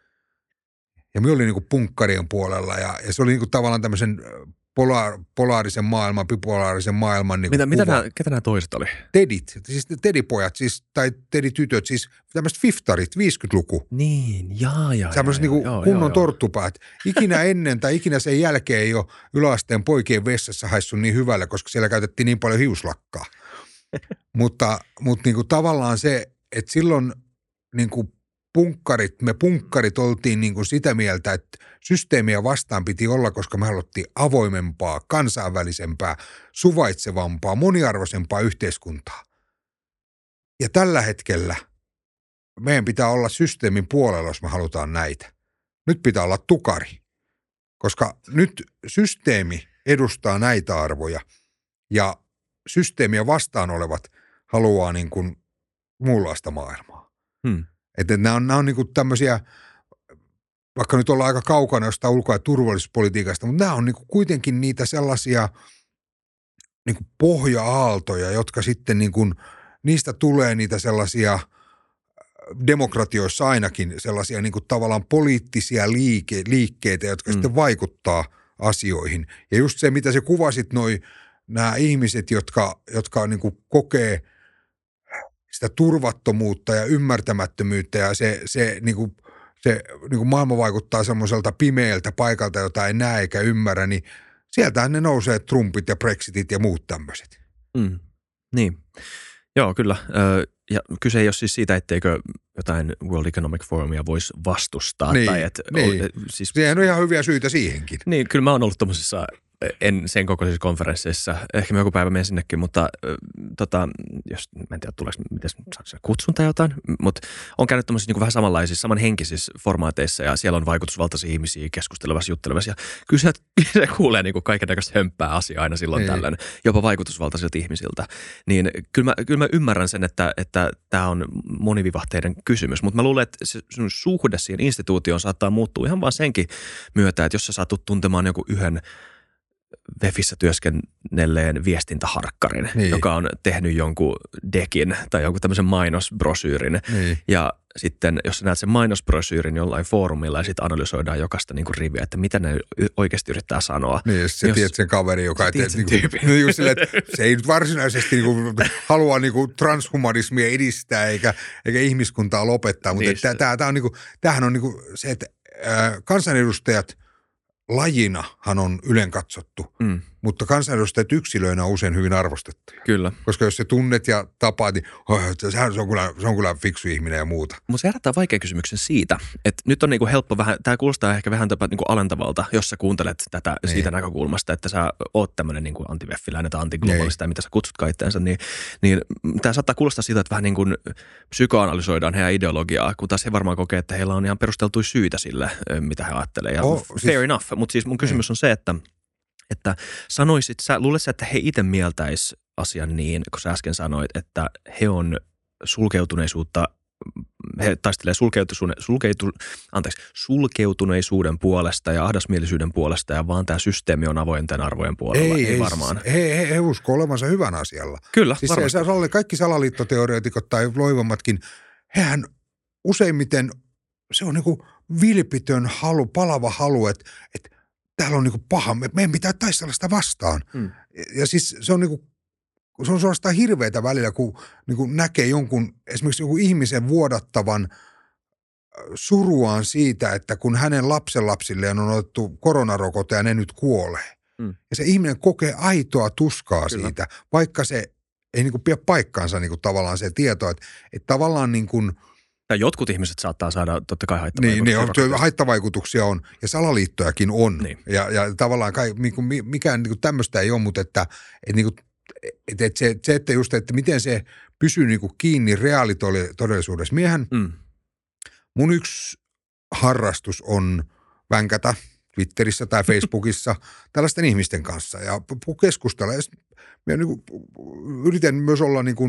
B: Ja me oli niinku punkkarien puolella ja, ja se oli niinku tavallaan tämmöisen pola, polaarisen maailman, bipolaarisen maailman niinku
A: mitä, mitä nämä, ketä nämä toiset oli?
B: Tedit, siis tedipojat, siis, tai teditytöt, siis tämmöiset fiftarit, viisikymmentäluku.
A: Niin, jaa, jaa.
B: Tämmöiset niinku
A: jaa,
B: kunnon
A: jaa,
B: torttupäät. Ikinä ennen tai ikinä sen jälkeen ei ole yläasteen poikien vessassa haissut niin hyvällä, koska siellä käytettiin niin paljon hiuslakkaa. mutta mutta niinku tavallaan se, että silloin niinku punkkarit, me punkkarit oltiin niin kuin sitä mieltä, että systeemiä vastaan piti olla, koska me haluttiin avoimempaa, kansainvälisempää, suvaitsevampaa, moniarvoisempaa yhteiskuntaa. Ja tällä hetkellä meidän pitää olla systeemin puolella, jos me halutaan näitä. Nyt pitää olla tukari, koska nyt systeemi edustaa näitä arvoja ja systeemiä vastaan olevat haluaa niin kuin muunlaista maailmaa. Hmm. Että nämä on, nämä on niin kuin tämmöisiä, vaikka nyt ollaan aika kaukana jostain ulko- ja turvallisuuspolitiikasta, mutta nämä on niin kuin kuitenkin niitä sellaisia niin kuin pohja-aaltoja, jotka sitten niin kuin, niistä tulee niitä sellaisia demokratioissa ainakin sellaisia niin kuin tavallaan poliittisia liike, liikkeitä, jotka mm. sitten vaikuttaa asioihin. Ja just se, mitä sä kuvasit, noi, nämä ihmiset, jotka, jotka niin kuin kokee sitä turvattomuutta ja ymmärtämättömyyttä ja se, se, niin kuin, se niin kuin maailma vaikuttaa semmoiselta pimeältä paikalta, jota ei näe eikä ymmärrä, niin sieltähän ne nousee Trumpit ja Brexitit ja muut tämmöiset.
A: Mm. Niin, joo kyllä. Ö, ja kyse ei ole siis siitä, etteikö jotain World Economic Forumia voisi vastustaa.
B: Niin,
A: tai et,
B: niin.
A: O, siis,
B: Siihen on ihan hyviä syitä siihenkin.
A: Niin, kyllä mä oon ollut tommosissa, en sen kokoisissa konferensseissa, ehkä mä joku päivä menen sinnekin, mutta äh, tota, jos, mä en tiedä tuleeko, miten saako kutsun tai jotain, mutta on käynyt tommosissa niin kuin vähän samanlaisissa, samanhenkisissä formaateissa ja siellä on vaikutusvaltaisia ihmisiä keskustelevassa, juttelevassa ja kyllä se, se kuulee niin kuin kaikennäköistä hömppää asiaa aina silloin
B: Niin.
A: tällöin, jopa vaikutusvaltaisilta ihmisiltä. Niin kyllä mä, kyllä mä ymmärrän sen, että että tämä on monivivahteinen kysymys, mutta mä luulen, että se sun suhde siihen instituutioon saattaa muuttua ihan vaan senkin myötä, että jos sä saat tuntemaan joku yhden Vefissä työskennelleen viestintäharkkarin,
B: Niin.
A: joka on tehnyt jonkun dekin tai jonkun tämmöisen mainosbrosyyrin.
B: Niin.
A: Ja sitten, jos sä näet sen mainosbrosyyrin jollain foorumilla ja sitten analysoidaan jokaista niin kuin riviä, että mitä ne oikeasti yrittää sanoa.
B: Niin, jos sä
A: Jos-
B: tiedät sen kaveri, joka ei
A: tiedät sen
B: niinku,
A: tyypin.
B: niinku silleen, että se ei nyt varsinaisesti niinku halua niinku transhumanismia edistää eikä, eikä ihmiskuntaa lopettaa, mutta
A: Niin,
B: niin,
A: se-
B: tää, tää on niinku, tämähän on niinku se, että äh, kansanedustajat lajinahan on ylen katsottu,
A: Mm,
B: mutta kansanedustajat yksilöinä on usein hyvin arvostettuja.
A: kyllä.
B: Koska jos se tunnet ja tapaat, niin oh, sehän se on kyllä, se on kyllä fiksu ihminen ja muuta.
A: Mutta se herättää vaikea kysymyksen siitä, että nyt on niinku helppo vähän, tämä kuulostaa ehkä vähän tapa niinku alentavalta, jos sä kuuntelet tätä
B: Niin.
A: siitä näkökulmasta, että sä oot tämmöinen niinku antiveffiläinen tai antiglobalista, mitä sä kutsutkaan itseänsä, niin, niin tämä saattaa kuulostaa siitä, että vähän niin kuin psykoanalysoidaan heidän ideologiaa, kun taas he varmaan kokee, että heillä on ihan perusteltuja syitä sille, ö, mitä he ajattelee. Ja
B: Oh,
A: fair
B: siis-
A: enough, mutta siis mun kysymys on se, että että sanoisit, sä, luulet sä, että he itse mieltäis asian niin, kun sä äsken sanoit, että he on sulkeutuneisuutta, he taistelee sulkeutuneisuuden, sulkeutu, anteeksi, sulkeutuneisuuden puolesta ja ahdasmielisyyden puolesta ja vaan tämä systeemi on avointen arvojen puolella, ei, ei varmaan.
B: He, he, he uskoo olevansa hyvän asialla.
A: Kyllä,
B: Siis se,
A: varmasti.
B: se salli, kaikki salaliittoteoreetikot tai loivammatkin, hehän useimmiten, se on niinku vilpitön halu, palava halu, että, että täällä on niinku paha, me, meidän pitää taistella sitä vastaan.
A: Mm.
B: Ja, ja siis se on niinku, se on suorastaan hirveätä välillä, kun niinku näkee jonkun, esimerkiksi jonkun ihmisen vuodattavan äh, suruaan siitä, että kun hänen lapsenlapsilleen on otettu koronarokote ja ne nyt kuolee.
A: Mm.
B: Ja se ihminen kokee aitoa tuskaa
A: Kyllä.
B: siitä, vaikka se ei niinku pidä paikkaansa niinku tavallaan se tieto, että, että tavallaan niin kuin,
A: Tai jotkut ihmiset saattaa saada totta kai
B: niin,
A: haittavaikutuksia.
B: niin on,
A: rokotteesta.
B: haittavaikutuksia on ja salaliittojakin on.
A: Niin.
B: Ja, ja tavallaan kai, niinku, mi- mikään niinku tämmöistä ei ole, mutta että, että, niinku, että, että se, se, että just, että miten se pysyy niinku kiinni reaalitodellisuudessa. Miehän,
A: Mm.
B: mun yksi harrastus on vänkätä Twitterissä tai Facebookissa tällaisten ihmisten kanssa ja pu- keskustella. Ja sit mä niinku, yritän myös olla niinku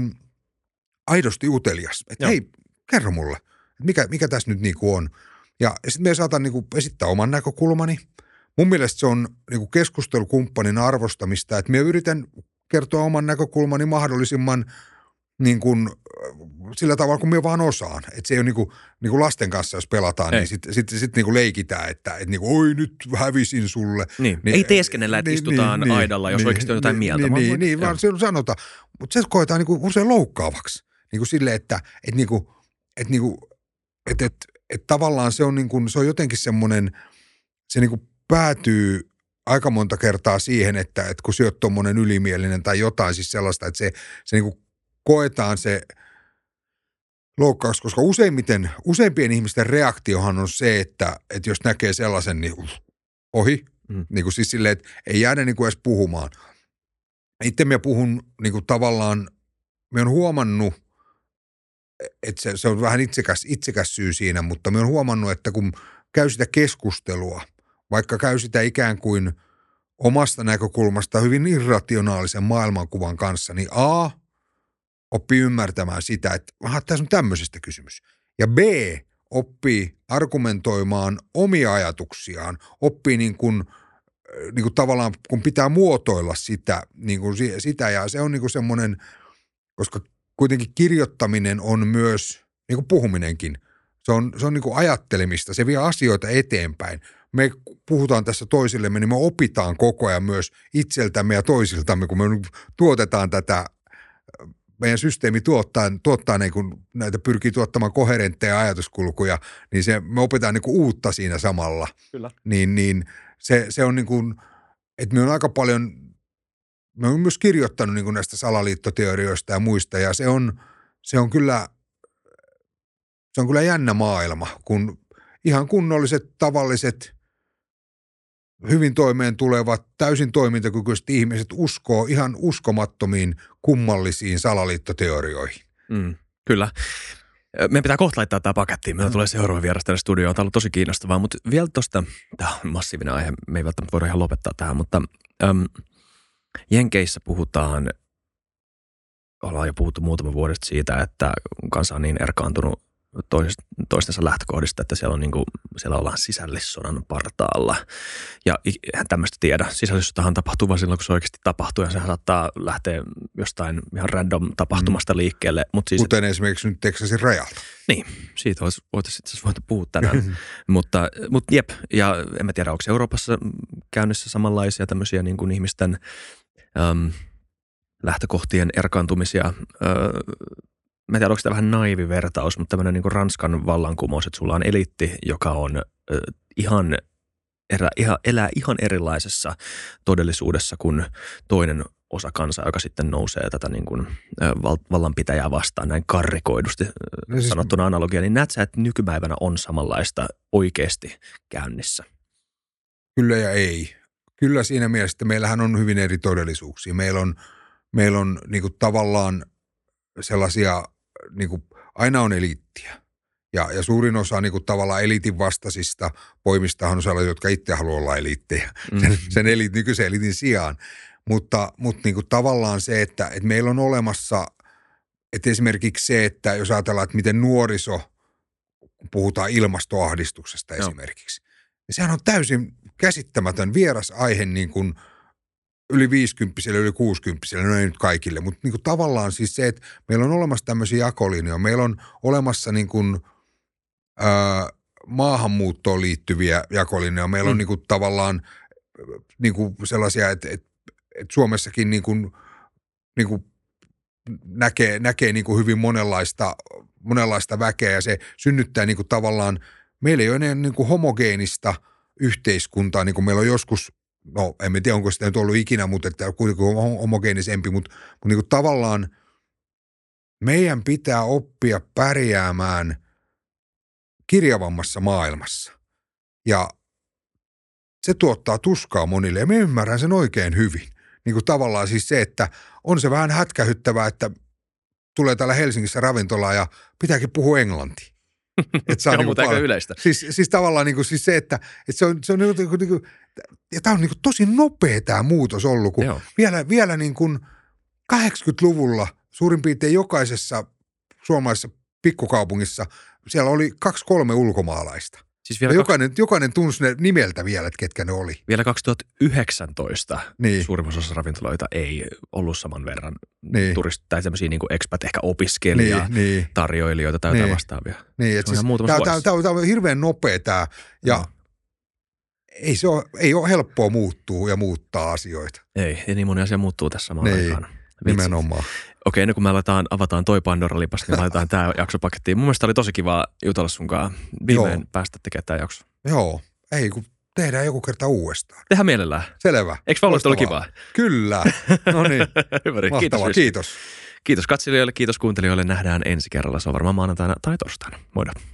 B: aidosti utelias, että
A: Joo.
B: hei, kerro mulle, että mikä, mikä tässä nyt niinku on. Ja sitten me saatan niinku esittää oman näkökulmani. Mun mielestä se on niinku keskustelukumppanin arvostamista, että mä yritän kertoa oman näkökulmani mahdollisimman niin kuin, sillä tavalla, kun minä vaan osaan. Että se ei ole niin kuin, niin kuin lasten kanssa, jos pelataan,
A: Ei.
B: niin sitten sit, sit niin kuin leikitään, että et niin kuin, oi nyt hävisin sulle.
A: Niin. Ei teeskennellä, että istutaan aidalla, jos oikeasti on jotain mieltä,
B: Niin,
A: vaan
B: niin,
A: voit-
B: niin
A: joo.
B: vaan se sanotaan. Mutta se koetaan niin kuin usein loukkaavaksi. Niin kuin silleen, että et niin kuin, et niin kuin, et, et, et tavallaan se on, niin kuin, se on jotenkin semmoinen, se niin kuin päätyy aika monta kertaa siihen, että, että kun sä oot tommonen ylimielinen tai jotain siis sellaista, että se, se niin kuin koetaan se loukkaus, koska useimmiten, useimpien ihmisten reaktiohan on se, että, että jos näkee sellaisen, niin uh, ohi.
A: Mm.
B: Niin kuin siis silleen, että ei jäädä niin kuin edes puhumaan. Itse mä puhun niin kuin tavallaan, mä oon huomannut, että se, se on vähän itsekäs, itsekäs syy siinä, mutta mä oon huomannut, että kun käy sitä keskustelua, vaikka käy sitä ikään kuin omasta näkökulmasta hyvin irrationaalisen maailmankuvan kanssa, niin A, oppii ymmärtämään sitä, että aha, tässä on tämmöisestä kysymys. Ja B, oppii argumentoimaan omia ajatuksiaan, oppii niin kuin, niin kuin tavallaan, kun pitää muotoilla sitä, niin kuin sitä ja se on niin kuin semmoinen, koska kuitenkin kirjoittaminen on myös, niin kuin puhuminenkin, se on, se on niin kuin ajattelemista, se vie asioita eteenpäin. Me puhutaan tässä toisillemme, niin me opitaan koko ajan myös itseltämme ja toisiltamme, kun me tuotetaan tätä, meidän systeemi tuottaa, tuottaa niin kuin näitä pyrkii tuottamaan koherentteja ajatuskulkuja, niin se, me opitaan niin kuin uutta siinä samalla.
A: Kyllä.
B: Niin, niin se, se on niin kuin, että me on aika paljon, me on myös kirjoittanut niin kuin näistä salaliittoteorioista ja muista, ja se on, se on kyllä, se on kyllä jännä maailma, kun ihan kunnolliset, tavalliset, hyvin toimeen tulevat, täysin toimintakykyiset ihmiset uskoo ihan uskomattomiin, kummallisiin salaliittoteorioihin.
A: Mm, kyllä. Meidän pitää kohta laittaa tämä pakettiin. Meillä tulee seuraava vieras tänne studioon. Tämä on ollut tosi kiinnostavaa, mutta vielä tuosta, tämä on massiivinen aihe, me ei välttämättä voida ihan lopettaa tähän, mutta äm, Jenkeissä puhutaan, ollaan jo puhuttu muutama vuodesta siitä, että kansa on niin erkaantunut toistensa lähtökohdista, että siellä, on niin kuin, siellä ollaan sisällissodan partaalla. Ja eihän tämmöistä tiedä. Sisällissotahan tapahtuu vaan silloin, kun se oikeasti tapahtuu, ja sehän saattaa lähteä jostain ihan random tapahtumasta liikkeelle. Mut siis,
B: kuten esimerkiksi nyt Texasin rajalta.
A: Niin, siitä olisi, voitaisiin itse asiassa voitu puhua tänään. mutta, mutta jep, ja en mä tiedä, onko Euroopassa käynnissä samanlaisia tämmöisiä niin kuin ihmisten äm, lähtökohtien erkaantumisia. Äh, Mä en tiedä, onko tämä vähän naivi vertaus, mutta tämmöinen niin kuin Ranskan vallankumous, että sulla on eliitti, joka on äh, ihan, erä, ihan, elää ihan erilaisessa todellisuudessa kuin toinen osa kansaa, joka sitten nousee tätä niin kuin, äh, val, vallanpitäjää vastaan näin karrikoidusti äh, no siis sanottuna analogia. Niin näet sä, että nykypäivänä on samanlaista oikeasti käynnissä?
B: Kyllä ja ei. Kyllä siinä mielessä, että meillähän on hyvin eri todellisuuksia. Meillä on, meillä on niin kuin tavallaan sellaisia, niin kuin, aina on eliittiä. Ja, ja suurin osa niin kuin, tavallaan eliitin vastaisista poimistahan on sellaisia, jotka itse haluaa olla eliittejä sen, sen eliit, nykyisen eliitin sijaan. Mutta, mutta niin kuin, tavallaan se, että, että meillä on olemassa, että esimerkiksi se, että jos ajatellaan, että miten nuoriso, kun puhutaan ilmastoahdistuksesta no. esimerkiksi, niin sehän on täysin käsittämätön vieras aihe niin kuin yli viisikymppisille, yli kuusikymppisille, no ei nyt kaikille, mutta niin kuin tavallaan siis se, että meillä on olemassa tämmöisiä jakolinjoja, meillä on olemassa niin kuin, ää, maahanmuuttoon liittyviä jakolinjoja, meillä on mm. niin kuin tavallaan niin kuin sellaisia, että, että, että Suomessakin niin kuin, niin kuin näkee, näkee niin kuin hyvin monenlaista, monenlaista väkeä ja se synnyttää niin kuin tavallaan, meillä ei ole enää niin kuin homogeenista yhteiskuntaa, niin kuin meillä on joskus. No, en tiedä, onko sitä nyt ollut ikinä, mutta että kuitenkin on homogeenisempi, mutta, mutta niin kuin tavallaan meidän pitää oppia pärjäämään kirjavammassa maailmassa. Ja se tuottaa tuskaa monille ja me ymmärrän sen oikein hyvin. Niin kuin tavallaan siis se, että on se vähän hätkähyttävää, että tulee täällä Helsingissä ravintolaan ja pitääkin puhua englantia. Että saa
A: on
B: niin
A: muuta aika yleistä.
B: Siis, siis tavallaan niin kuin, siis se, että, että se on, se on niin kuin, niin kuin, ja tämä on niin kuin tosi nopea tämä muutos ollut, kun Joo. vielä, vielä niin kuin kahdeksankymmentäluvulla suurin piirtein jokaisessa suomalaisessa pikkukaupungissa siellä oli kaksi kolme ulkomaalaista. Siis vielä jokainen, kaksi... jokainen tunsi ne nimeltä vielä, että ketkä ne oli.
A: Vielä kaksituhattayhdeksäntoista niin. Suurimmassa osassa ravintoloita ei ollut saman verran niin. turist- tai tämmöisiä niin kuin expat, ehkä opiskelija, niin, niin. tarjoilijoita tai jotain niin. vastaavia.
B: Niin, että siis, tämä, tämä, tämä on hirveän nopea tämä ja no. ei, se ole, ei ole helppoa muuttua ja muuttaa asioita.
A: Ei, ja niin moni asia muuttuu tässä samaan
B: niin.
A: aikaan.
B: Nimenomaan.
A: Okei, ennen kuin me aletaan, avataan toi Pandora-lipas, niin laitetaan tämä jakso pakettiin. Mun mielestä oli tosi kiva jutella sunkaan viimein Joo. päästä tekemään tämä jakso.
B: Joo, ei kun tehdään joku kerta uudestaan.
A: Tehdään mielellään.
B: Selvä.
A: Eikö vaan ollut kivaa?
B: Kyllä. No niin.
A: Hyvä,
B: kiitos, kiitos.
A: Kiitos katselijoille, kiitos kuuntelijoille. Nähdään ensi kerralla. Se on varmaan maanantaina tai torstaina. Moida.